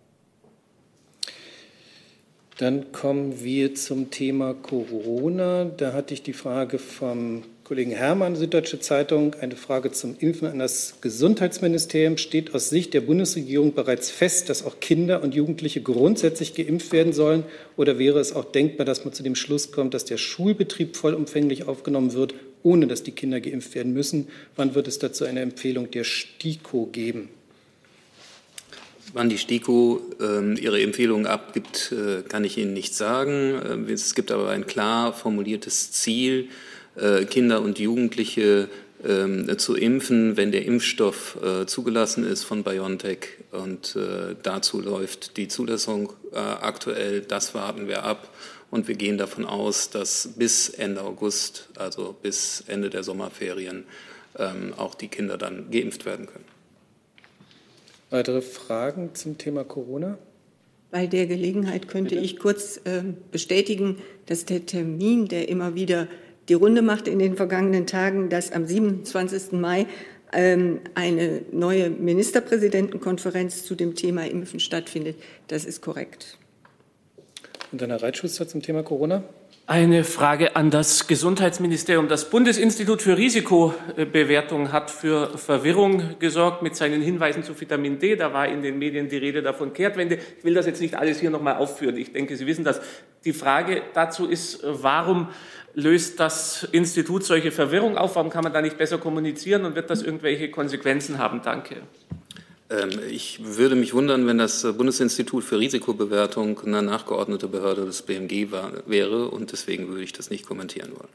Dann kommen wir zum Thema Corona. Da hatte ich die Frage vom Kollegen Herrmann, Süddeutsche Zeitung, eine Frage zum Impfen an das Gesundheitsministerium. Steht aus Sicht der Bundesregierung bereits fest, dass auch Kinder und Jugendliche grundsätzlich geimpft werden sollen? Oder wäre es auch denkbar, dass man zu dem Schluss kommt, dass der Schulbetrieb vollumfänglich aufgenommen wird, ohne dass die Kinder geimpft werden müssen? Wann wird es dazu eine Empfehlung der STIKO geben? Wann die STIKO äh, ihre Empfehlungen abgibt, äh, kann ich Ihnen nicht sagen. Äh, es gibt aber ein klar formuliertes Ziel, äh, Kinder und Jugendliche äh, zu impfen, wenn der Impfstoff äh, zugelassen ist von BioNTech. Und äh, dazu läuft die Zulassung äh, aktuell. Das warten wir ab. Und wir gehen davon aus, dass bis Ende August, also bis Ende der Sommerferien, ähm, auch die Kinder dann geimpft werden können. Weitere Fragen zum Thema Corona? Bei der Gelegenheit könnte ich kurz äh, bestätigen, dass der Termin, der immer wieder die Runde macht in den vergangenen Tagen, dass am siebenundzwanzigsten Mai ähm, eine neue Ministerpräsidentenkonferenz zu dem Thema Impfen stattfindet. Das ist korrekt. Und dann Herr Reitschuster zum Thema Corona? Eine Frage an das Gesundheitsministerium. Das Bundesinstitut für Risikobewertung hat für Verwirrung gesorgt mit seinen Hinweisen zu Vitamin D. Da war in den Medien die Rede davon Kehrtwende. Ich will das jetzt nicht alles hier noch mal aufführen. Ich denke, Sie wissen das. Die Frage dazu ist, warum löst das Institut solche Verwirrung auf? Warum kann man da nicht besser kommunizieren und wird das irgendwelche Konsequenzen haben? Danke. Ich würde mich wundern, wenn das Bundesinstitut für Risikobewertung eine nachgeordnete Behörde des B M G war, wäre, und deswegen würde ich das nicht kommentieren wollen.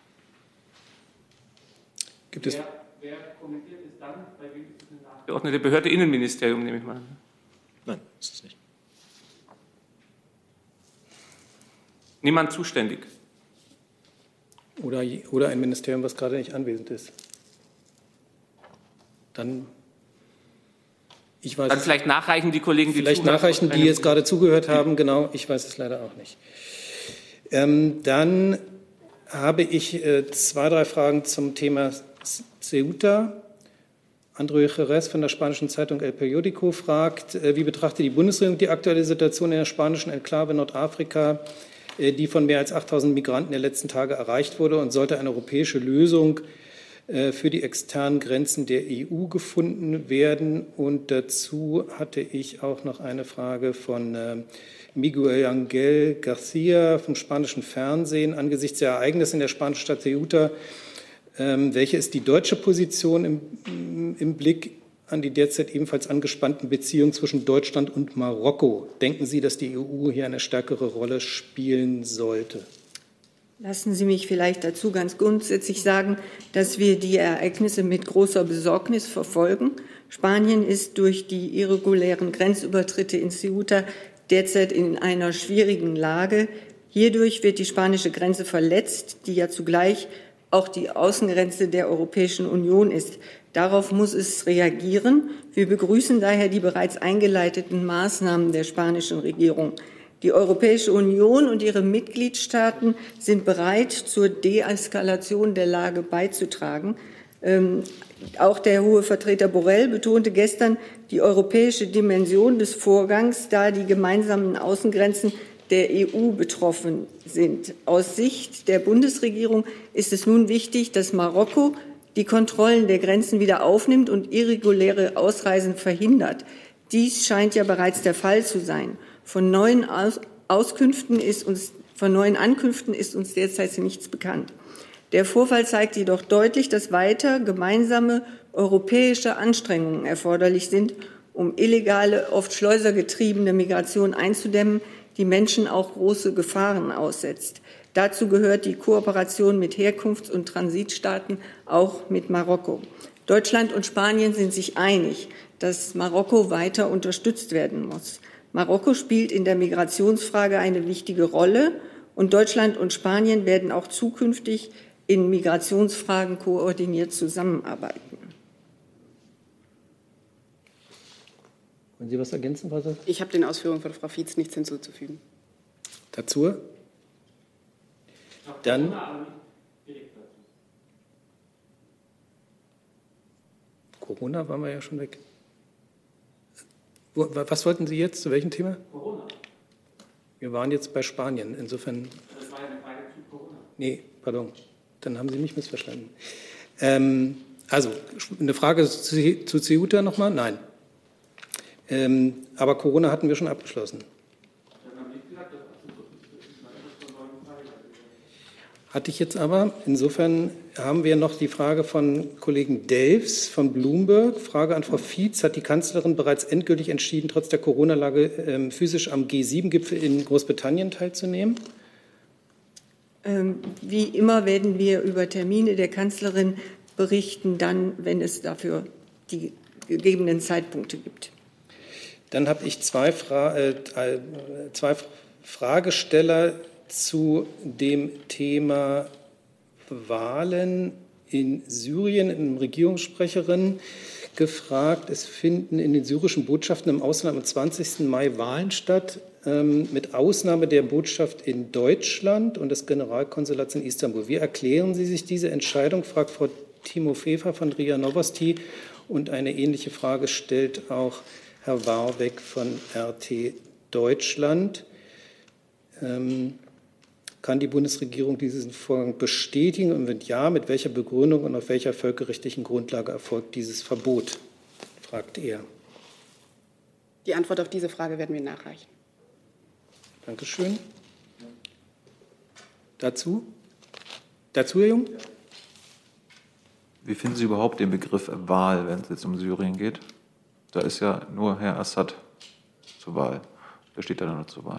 Gibt es wer, wer kommentiert es dann? Bei wem ist es eine nachgeordnete Behörde? Innenministerium, nehme ich mal an. Nein, ist es nicht. Niemand zuständig? Oder, oder ein Ministerium, was gerade nicht anwesend ist? Dann Ich weiß, Dann vielleicht nachreichen die Kollegen, die Vielleicht zuhören, nachreichen, die jetzt gerade zugehört haben. Genau, ich weiß es leider auch nicht. Ähm, dann habe ich äh, zwei, drei Fragen zum Thema Ceuta. André Jerez von der spanischen Zeitung El Periódico fragt, äh, wie betrachtet die Bundesregierung die aktuelle Situation in der spanischen Enklave Nordafrika, äh, die von mehr als achttausend Migranten der letzten Tage erreicht wurde, und sollte eine europäische Lösung für die externen Grenzen der E U gefunden werden? Und dazu hatte ich auch noch eine Frage von Miguel Angel García vom spanischen Fernsehen. Angesichts der Ereignisse in der spanischen Stadt Ceuta, welche ist die deutsche Position im, im Blick an die derzeit ebenfalls angespannten Beziehungen zwischen Deutschland und Marokko? Denken Sie, dass die E U hier eine stärkere Rolle spielen sollte? Lassen Sie mich vielleicht dazu ganz grundsätzlich sagen, dass wir die Ereignisse mit großer Besorgnis verfolgen. Spanien ist durch die irregulären Grenzübertritte in Ceuta derzeit in einer schwierigen Lage. Hierdurch wird die spanische Grenze verletzt, die ja zugleich auch die Außengrenze der Europäischen Union ist. Darauf muss es reagieren. Wir begrüßen daher die bereits eingeleiteten Maßnahmen der spanischen Regierung. Die Europäische Union und ihre Mitgliedstaaten sind bereit, zur Deeskalation der Lage beizutragen. Ähm, auch der hohe Vertreter Borrell betonte gestern die europäische Dimension des Vorgangs, da die gemeinsamen Außengrenzen der E U betroffen sind. Aus Sicht der Bundesregierung ist es nun wichtig, dass Marokko die Kontrollen der Grenzen wieder aufnimmt und irreguläre Ausreisen verhindert. Dies scheint ja bereits der Fall zu sein. Von neuen Aus Auskünften ist uns, von neuen Ankünften ist uns derzeit nichts bekannt. Der Vorfall zeigt jedoch deutlich, dass weiter gemeinsame europäische Anstrengungen erforderlich sind, um illegale, oft schleusergetriebene Migration einzudämmen, die Menschen auch große Gefahren aussetzt. Dazu gehört die Kooperation mit Herkunfts- und Transitstaaten, auch mit Marokko. Deutschland und Spanien sind sich einig, dass Marokko weiter unterstützt werden muss. Marokko spielt in der Migrationsfrage eine wichtige Rolle, und Deutschland und Spanien werden auch zukünftig in Migrationsfragen koordiniert zusammenarbeiten. Wollen Sie was ergänzen, Frau Sass? Ich habe den Ausführungen von Frau Fietz nichts hinzuzufügen. Dazu? Dann Corona waren wir ja schon weg. Was wollten Sie jetzt? Zu welchem Thema? Corona. Wir waren jetzt bei Spanien. Insofern. Das war ja eine Frage zu Corona. Nee, pardon. Dann haben Sie mich missverstanden. Ähm, also, eine Frage zu, zu Ceuta nochmal? Nein. Ähm, aber Corona hatten wir schon abgeschlossen. Hatte ich jetzt aber. Insofern haben wir noch die Frage von Kollegen Delfs von Bloomberg. Frage an Frau Fietz. Hat die Kanzlerin bereits endgültig entschieden, trotz der Corona-Lage ähm, physisch am G sieben Gipfel in Großbritannien teilzunehmen? Ähm, wie immer werden wir über Termine der Kanzlerin berichten, dann, wenn es dafür die gegebenen Zeitpunkte gibt. Dann habe ich zwei, Fra äh, zwei Fragesteller zu dem Thema Wahlen in Syrien, eine Regierungssprecherin, gefragt. Es finden in den syrischen Botschaften im Ausland am zwanzigsten Mai Wahlen statt, ähm, mit Ausnahme der Botschaft in Deutschland und des Generalkonsulats in Istanbul. Wie erklären Sie sich diese Entscheidung, fragt Frau Timofeva von R I A Novosti. Und eine ähnliche Frage stellt auch Herr Warbeck von R T Deutschland. Ähm, Kann die Bundesregierung diesen Vorgang bestätigen? Und wenn ja, mit welcher Begründung und auf welcher völkerrechtlichen Grundlage erfolgt dieses Verbot? Fragt er. Die Antwort auf diese Frage werden wir nachreichen. Dankeschön. Dazu? Dazu, Herr Jung? Wie finden Sie überhaupt den Begriff Wahl, wenn es jetzt um Syrien geht? Da ist ja nur Herr Assad zur Wahl. Wer steht da nur zur Wahl?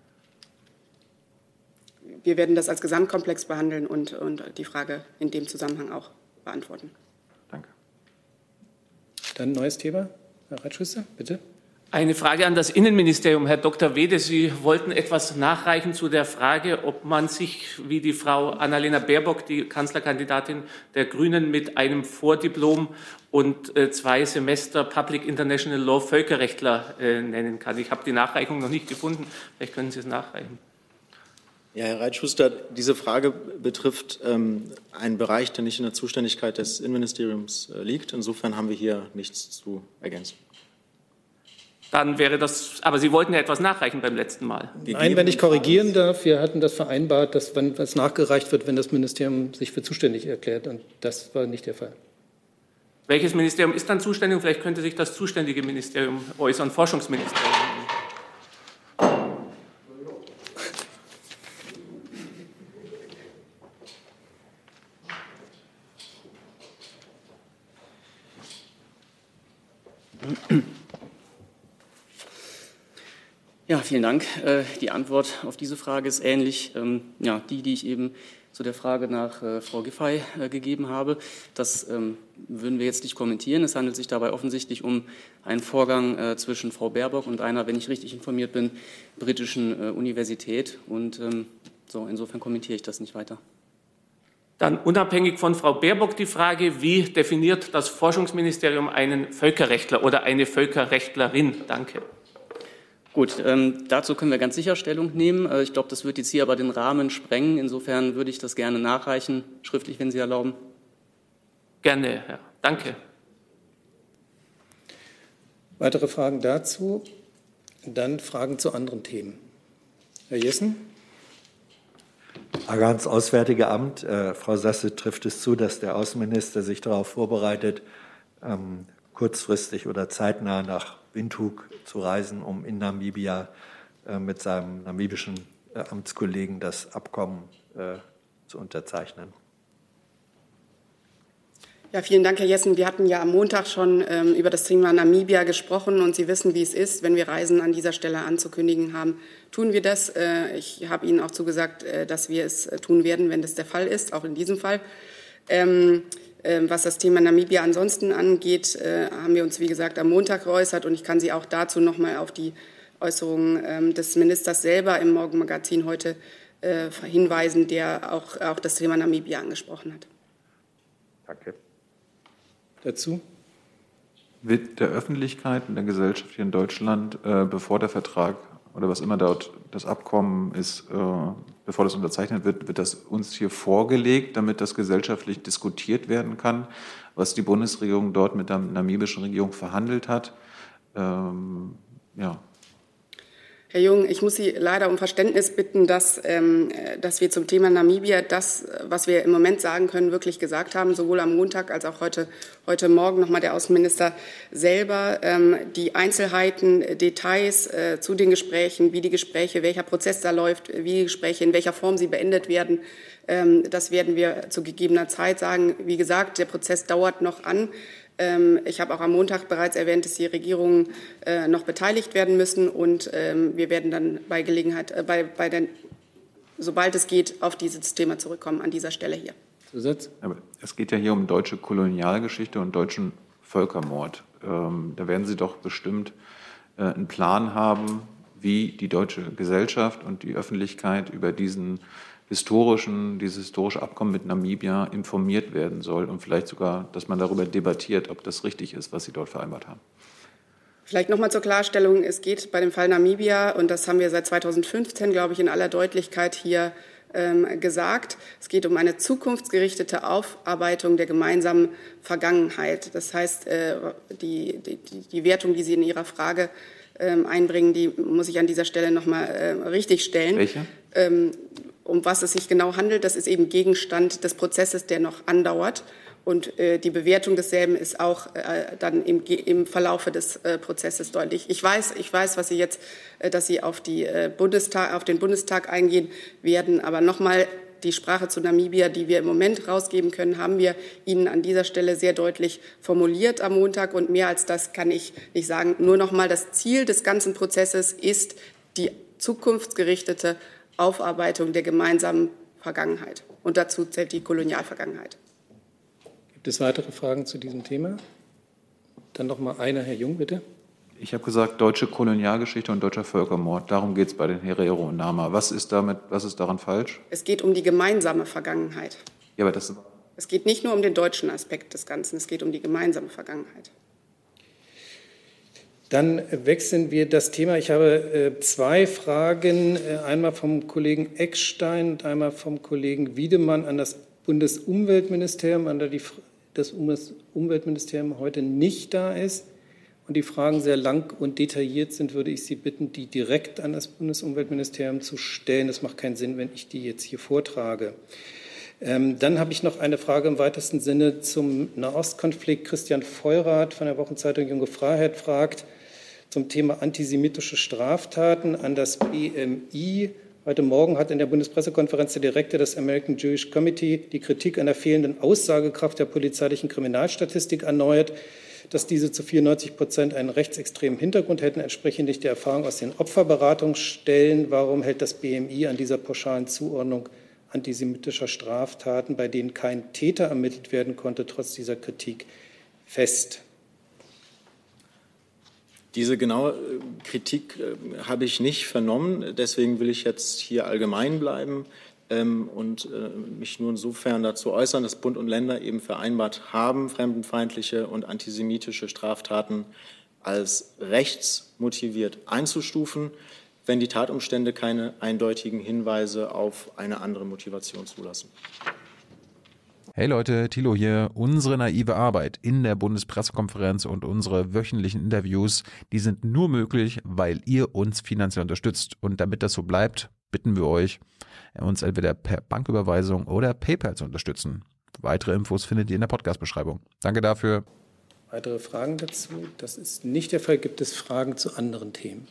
Wir werden das als Gesamtkomplex behandeln und, und die Frage in dem Zusammenhang auch beantworten. Danke. Dann ein neues Thema. Herr Reitschuster, bitte. Eine Frage an das Innenministerium. Herr Doktor Wede, Sie wollten etwas nachreichen zu der Frage, ob man sich, wie die Frau Annalena Baerbock, die Kanzlerkandidatin der Grünen, mit einem Vordiplom und äh, zwei Semester Public International Law Völkerrechtler äh, nennen kann. Ich habe die Nachreichung noch nicht gefunden. Vielleicht können Sie es nachreichen. Ja, Herr Reitschuster, diese Frage betrifft ähm, einen Bereich, der nicht in der Zuständigkeit des Innenministeriums äh, liegt. Insofern haben wir hier nichts zu ergänzen. Dann wäre das, aber Sie wollten ja etwas nachreichen beim letzten Mal. Nein, wenn ich korrigieren darf, wir hatten das vereinbart, dass wenn was nachgereicht wird, wenn das Ministerium sich für zuständig erklärt. Und das war nicht der Fall. Welches Ministerium ist dann zuständig? Vielleicht könnte sich das zuständige Ministerium äußern, Forschungsministerium. Ja, vielen Dank. Die Antwort auf diese Frage ist ähnlich, ja, die, die ich eben zu der Frage nach Frau Giffey gegeben habe. Das würden wir jetzt nicht kommentieren. Es handelt sich dabei offensichtlich um einen Vorgang zwischen Frau Baerbock und einer, wenn ich richtig informiert bin, britischen Universität. Und so, insofern kommentiere ich das nicht weiter. Dann unabhängig von Frau Baerbock die Frage, wie definiert das Forschungsministerium einen Völkerrechtler oder eine Völkerrechtlerin? Danke. Gut, ähm, dazu können wir ganz sicher Stellung nehmen. Äh, ich glaube, das wird jetzt hier aber den Rahmen sprengen. Insofern würde ich das gerne nachreichen, schriftlich, wenn Sie erlauben. Gerne, ja. Danke. Weitere Fragen dazu? Dann Fragen zu anderen Themen. Herr Jessen? Frage ans Auswärtige Amt. Äh, Frau Sasse, trifft es zu, dass der Außenminister sich darauf vorbereitet, ähm, kurzfristig oder zeitnah nach Windhoek zu reisen, um in Namibia äh, mit seinem namibischen äh, Amtskollegen das Abkommen äh, zu unterzeichnen? Ja, vielen Dank, Herr Jessen. Wir hatten ja am Montag schon ähm, über das Thema Namibia gesprochen und Sie wissen, wie es ist, wenn wir Reisen an dieser Stelle anzukündigen haben. Tun wir das? Äh, ich habe Ihnen auch zugesagt, äh, dass wir es äh, tun werden, wenn das der Fall ist, auch in diesem Fall. Ähm, Was das Thema Namibia ansonsten angeht, haben wir uns, wie gesagt, am Montag geäußert. Und ich kann Sie auch dazu noch mal auf die Äußerungen des Ministers selber im Morgenmagazin heute hinweisen, der auch, auch das Thema Namibia angesprochen hat. Danke. Dazu? Wird der Öffentlichkeit und der Gesellschaft hier in Deutschland, äh, bevor der Vertrag oder was immer dort das Abkommen ist, äh, bevor das unterzeichnet wird, wird das uns hier vorgelegt, damit das gesellschaftlich diskutiert werden kann, was die Bundesregierung dort mit der namibischen Regierung verhandelt hat. Ähm, ja. Herr Jung, ich muss Sie leider um Verständnis bitten, dass, ähm, dass wir zum Thema Namibia das, was wir im Moment sagen können, wirklich gesagt haben, sowohl am Montag als auch heute, heute Morgen nochmal der Außenminister selber. Ähm, die Einzelheiten, Details äh, zu den Gesprächen, wie die Gespräche, welcher Prozess da läuft, wie die Gespräche, in welcher Form sie beendet werden, ähm, das werden wir zu gegebener Zeit sagen. Wie gesagt, der Prozess dauert noch an. Ich habe auch am Montag bereits erwähnt, dass die Regierungen äh, noch beteiligt werden müssen und ähm, wir werden dann bei Gelegenheit, äh, bei, bei den, sobald es geht, auf dieses Thema zurückkommen an dieser Stelle hier. Zusatz? Aber es geht ja hier um deutsche Kolonialgeschichte und deutschen Völkermord. Ähm, da werden Sie doch bestimmt äh, einen Plan haben, wie die deutsche Gesellschaft und die Öffentlichkeit über diesen historischen, dieses historische Abkommen mit Namibia informiert werden soll und vielleicht sogar, dass man darüber debattiert, ob das richtig ist, was Sie dort vereinbart haben. Vielleicht noch mal zur Klarstellung. Es geht bei dem Fall Namibia, und das haben wir seit zweitausendfünfzehn, glaube ich, in aller Deutlichkeit hier ähm, gesagt. Es geht um eine zukunftsgerichtete Aufarbeitung der gemeinsamen Vergangenheit. Das heißt, äh, die, die, die Wertung, die Sie in Ihrer Frage ähm, einbringen, die muss ich an dieser Stelle noch mal äh, richtig stellen. Welche? Ähm, um was es sich genau handelt, das ist eben Gegenstand des Prozesses, der noch andauert. Und äh, die Bewertung desselben ist auch äh, dann im, im Verlaufe des äh, Prozesses deutlich. Ich weiß, ich weiß, was Sie jetzt, äh, dass Sie auf, die, äh, Bundestag, auf den Bundestag eingehen werden. Aber nochmal, die Sprache zu Namibia, die wir im Moment rausgeben können, haben wir Ihnen an dieser Stelle sehr deutlich formuliert am Montag. Und mehr als das kann ich nicht sagen. Nur nochmal, das Ziel des ganzen Prozesses ist die zukunftsgerichtete Aufarbeitung der gemeinsamen Vergangenheit. Und dazu zählt die Kolonialvergangenheit. Gibt es weitere Fragen zu diesem Thema? Dann noch mal einer, Herr Jung, bitte. Ich habe gesagt, deutsche Kolonialgeschichte und deutscher Völkermord. Darum geht es bei den Herero und Nama. Was ist damit, was ist daran falsch? Es geht um die gemeinsame Vergangenheit. Ja, aber das Es geht nicht nur um den deutschen Aspekt des Ganzen, es geht um die gemeinsame Vergangenheit. Dann wechseln wir das Thema. Ich habe äh, zwei Fragen, äh, einmal vom Kollegen Eckstein und einmal vom Kollegen Wiedemann an das Bundesumweltministerium, an der die, das Umweltministerium heute nicht da ist und die Fragen sehr lang und detailliert sind, würde ich Sie bitten, die direkt an das Bundesumweltministerium zu stellen. Das macht keinen Sinn, wenn ich die jetzt hier vortrage. Ähm, dann habe ich noch eine Frage im weitesten Sinne zum Nahostkonflikt. Christian Feurath von der Wochenzeitung Junge Freiheit fragt zum Thema antisemitische Straftaten an das B M I. Heute Morgen hat in der Bundespressekonferenz der Direktor des American Jewish Committee die Kritik an der fehlenden Aussagekraft der polizeilichen Kriminalstatistik erneuert, dass diese zu vierundneunzig Prozent einen rechtsextremen Hintergrund hätten, entsprechend nicht der Erfahrung aus den Opferberatungsstellen. Warum hält das B M I an dieser pauschalen Zuordnung antisemitischer Straftaten, bei denen kein Täter ermittelt werden konnte, trotz dieser Kritik fest? Diese genaue Kritik äh, habe ich nicht vernommen. Deswegen will ich jetzt hier allgemein bleiben ähm, und äh, mich nur insofern dazu äußern, dass Bund und Länder eben vereinbart haben, fremdenfeindliche und antisemitische Straftaten als rechtsmotiviert einzustufen, wenn die Tatumstände keine eindeutigen Hinweise auf eine andere Motivation zulassen. Hey Leute, Thilo hier. Unsere naive Arbeit in der Bundespressekonferenz und unsere wöchentlichen Interviews, die sind nur möglich, weil ihr uns finanziell unterstützt. Und damit das so bleibt, bitten wir euch, uns entweder per Banküberweisung oder PayPal zu unterstützen. Weitere Infos findet ihr in der Podcast-Beschreibung. Danke dafür. Weitere Fragen dazu? Das ist nicht der Fall. Gibt es Fragen zu anderen Themen?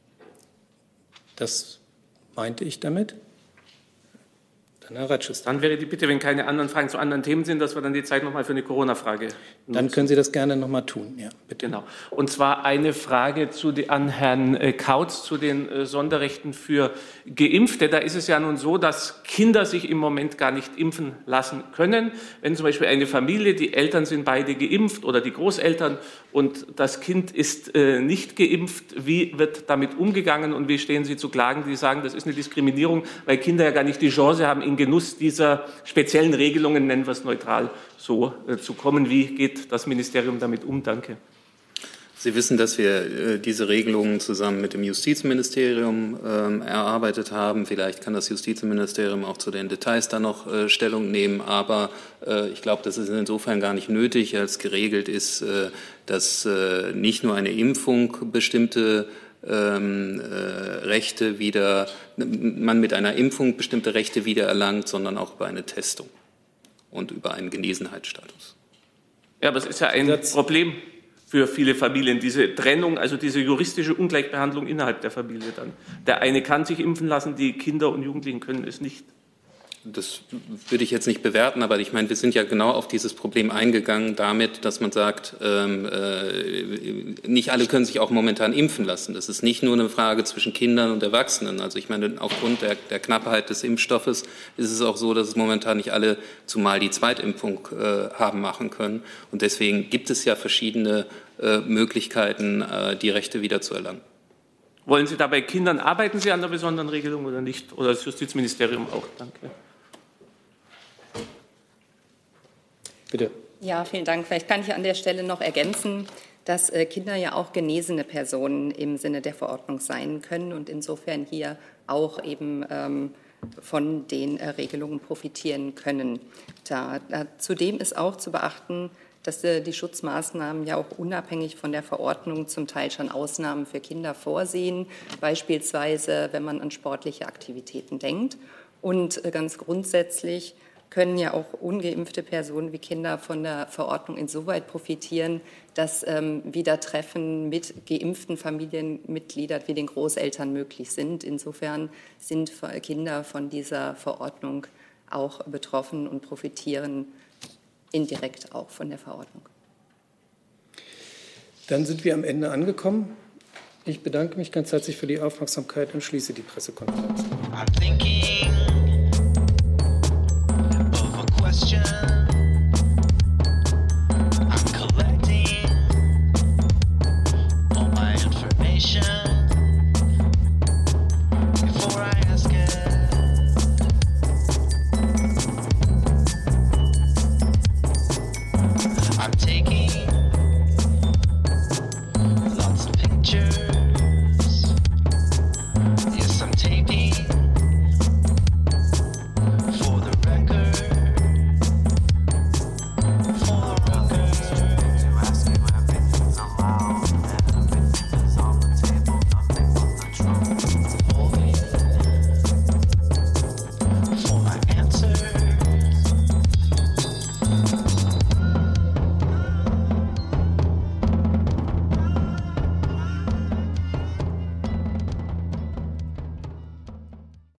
Das meinte ich damit. Dann Herr Ratschus. Dann wäre die Bitte, wenn keine anderen Fragen zu anderen Themen sind, dass wir dann die Zeit noch mal für eine Corona-Frage nutzen. Dann können Sie das gerne noch mal tun. Ja, bitte. Genau. Und zwar eine Frage zu die, an Herrn Kautz zu den äh, Sonderrechten für Geimpfte. Da ist es ja nun so, dass Kinder sich im Moment gar nicht impfen lassen können. Wenn zum Beispiel eine Familie, die Eltern sind beide geimpft oder die Großeltern und das Kind ist äh, nicht geimpft, wie wird damit umgegangen und wie stehen Sie zu Klagen, die sagen, das ist eine Diskriminierung, weil Kinder ja gar nicht die Chance haben, in Genuss dieser speziellen Regelungen, nennen wir es neutral, so äh, zu kommen. Wie geht das Ministerium damit um? Danke. Sie wissen, dass wir äh, diese Regelungen zusammen mit dem Justizministerium äh, erarbeitet haben. Vielleicht kann das Justizministerium auch zu den Details da noch äh, Stellung nehmen. Aber äh, ich glaube, das ist insofern gar nicht nötig, als geregelt ist, äh, dass äh, nicht nur eine Impfung bestimmte Ähm, äh, Rechte wieder, man mit einer Impfung bestimmte Rechte wieder erlangt, sondern auch über eine Testung und über einen Genesenheitsstatus. Ja, aber es ist ja ein Problem für viele Familien, diese Trennung, also diese juristische Ungleichbehandlung innerhalb der Familie dann. Der eine kann sich impfen lassen, die Kinder und Jugendlichen können es nicht. Das würde ich jetzt nicht bewerten, aber ich meine, wir sind ja genau auf dieses Problem eingegangen damit, dass man sagt, ähm, äh, nicht alle können sich auch momentan impfen lassen. Das ist nicht nur eine Frage zwischen Kindern und Erwachsenen. Also ich meine, aufgrund der, der Knappheit des Impfstoffes ist es auch so, dass es momentan nicht alle zumal die Zweitimpfung äh, haben machen können. Und deswegen gibt es ja verschiedene äh, Möglichkeiten, äh, die Rechte wiederzuerlangen. Wollen Sie da bei Kindern, arbeiten Sie an der besonderen Regelung oder nicht? Oder das Justizministerium auch? Danke. Bitte. Ja, vielen Dank. Vielleicht kann ich an der Stelle noch ergänzen, dass äh, Kinder ja auch genesene Personen im Sinne der Verordnung sein können und insofern hier auch eben ähm, von den äh, Regelungen profitieren können. Da, da, zudem ist auch zu beachten, dass äh, die Schutzmaßnahmen ja auch unabhängig von der Verordnung zum Teil schon Ausnahmen für Kinder vorsehen, beispielsweise wenn man an sportliche Aktivitäten denkt. Und äh, ganz grundsätzlich können ja auch ungeimpfte Personen wie Kinder von der Verordnung insoweit profitieren, dass ähm, wieder Treffen mit geimpften Familienmitgliedern wie den Großeltern möglich sind. Insofern sind Kinder von dieser Verordnung auch betroffen und profitieren indirekt auch von der Verordnung. Dann sind wir am Ende angekommen. Ich bedanke mich ganz herzlich für die Aufmerksamkeit und schließe die Pressekonferenz. Question. I'm collecting all my information.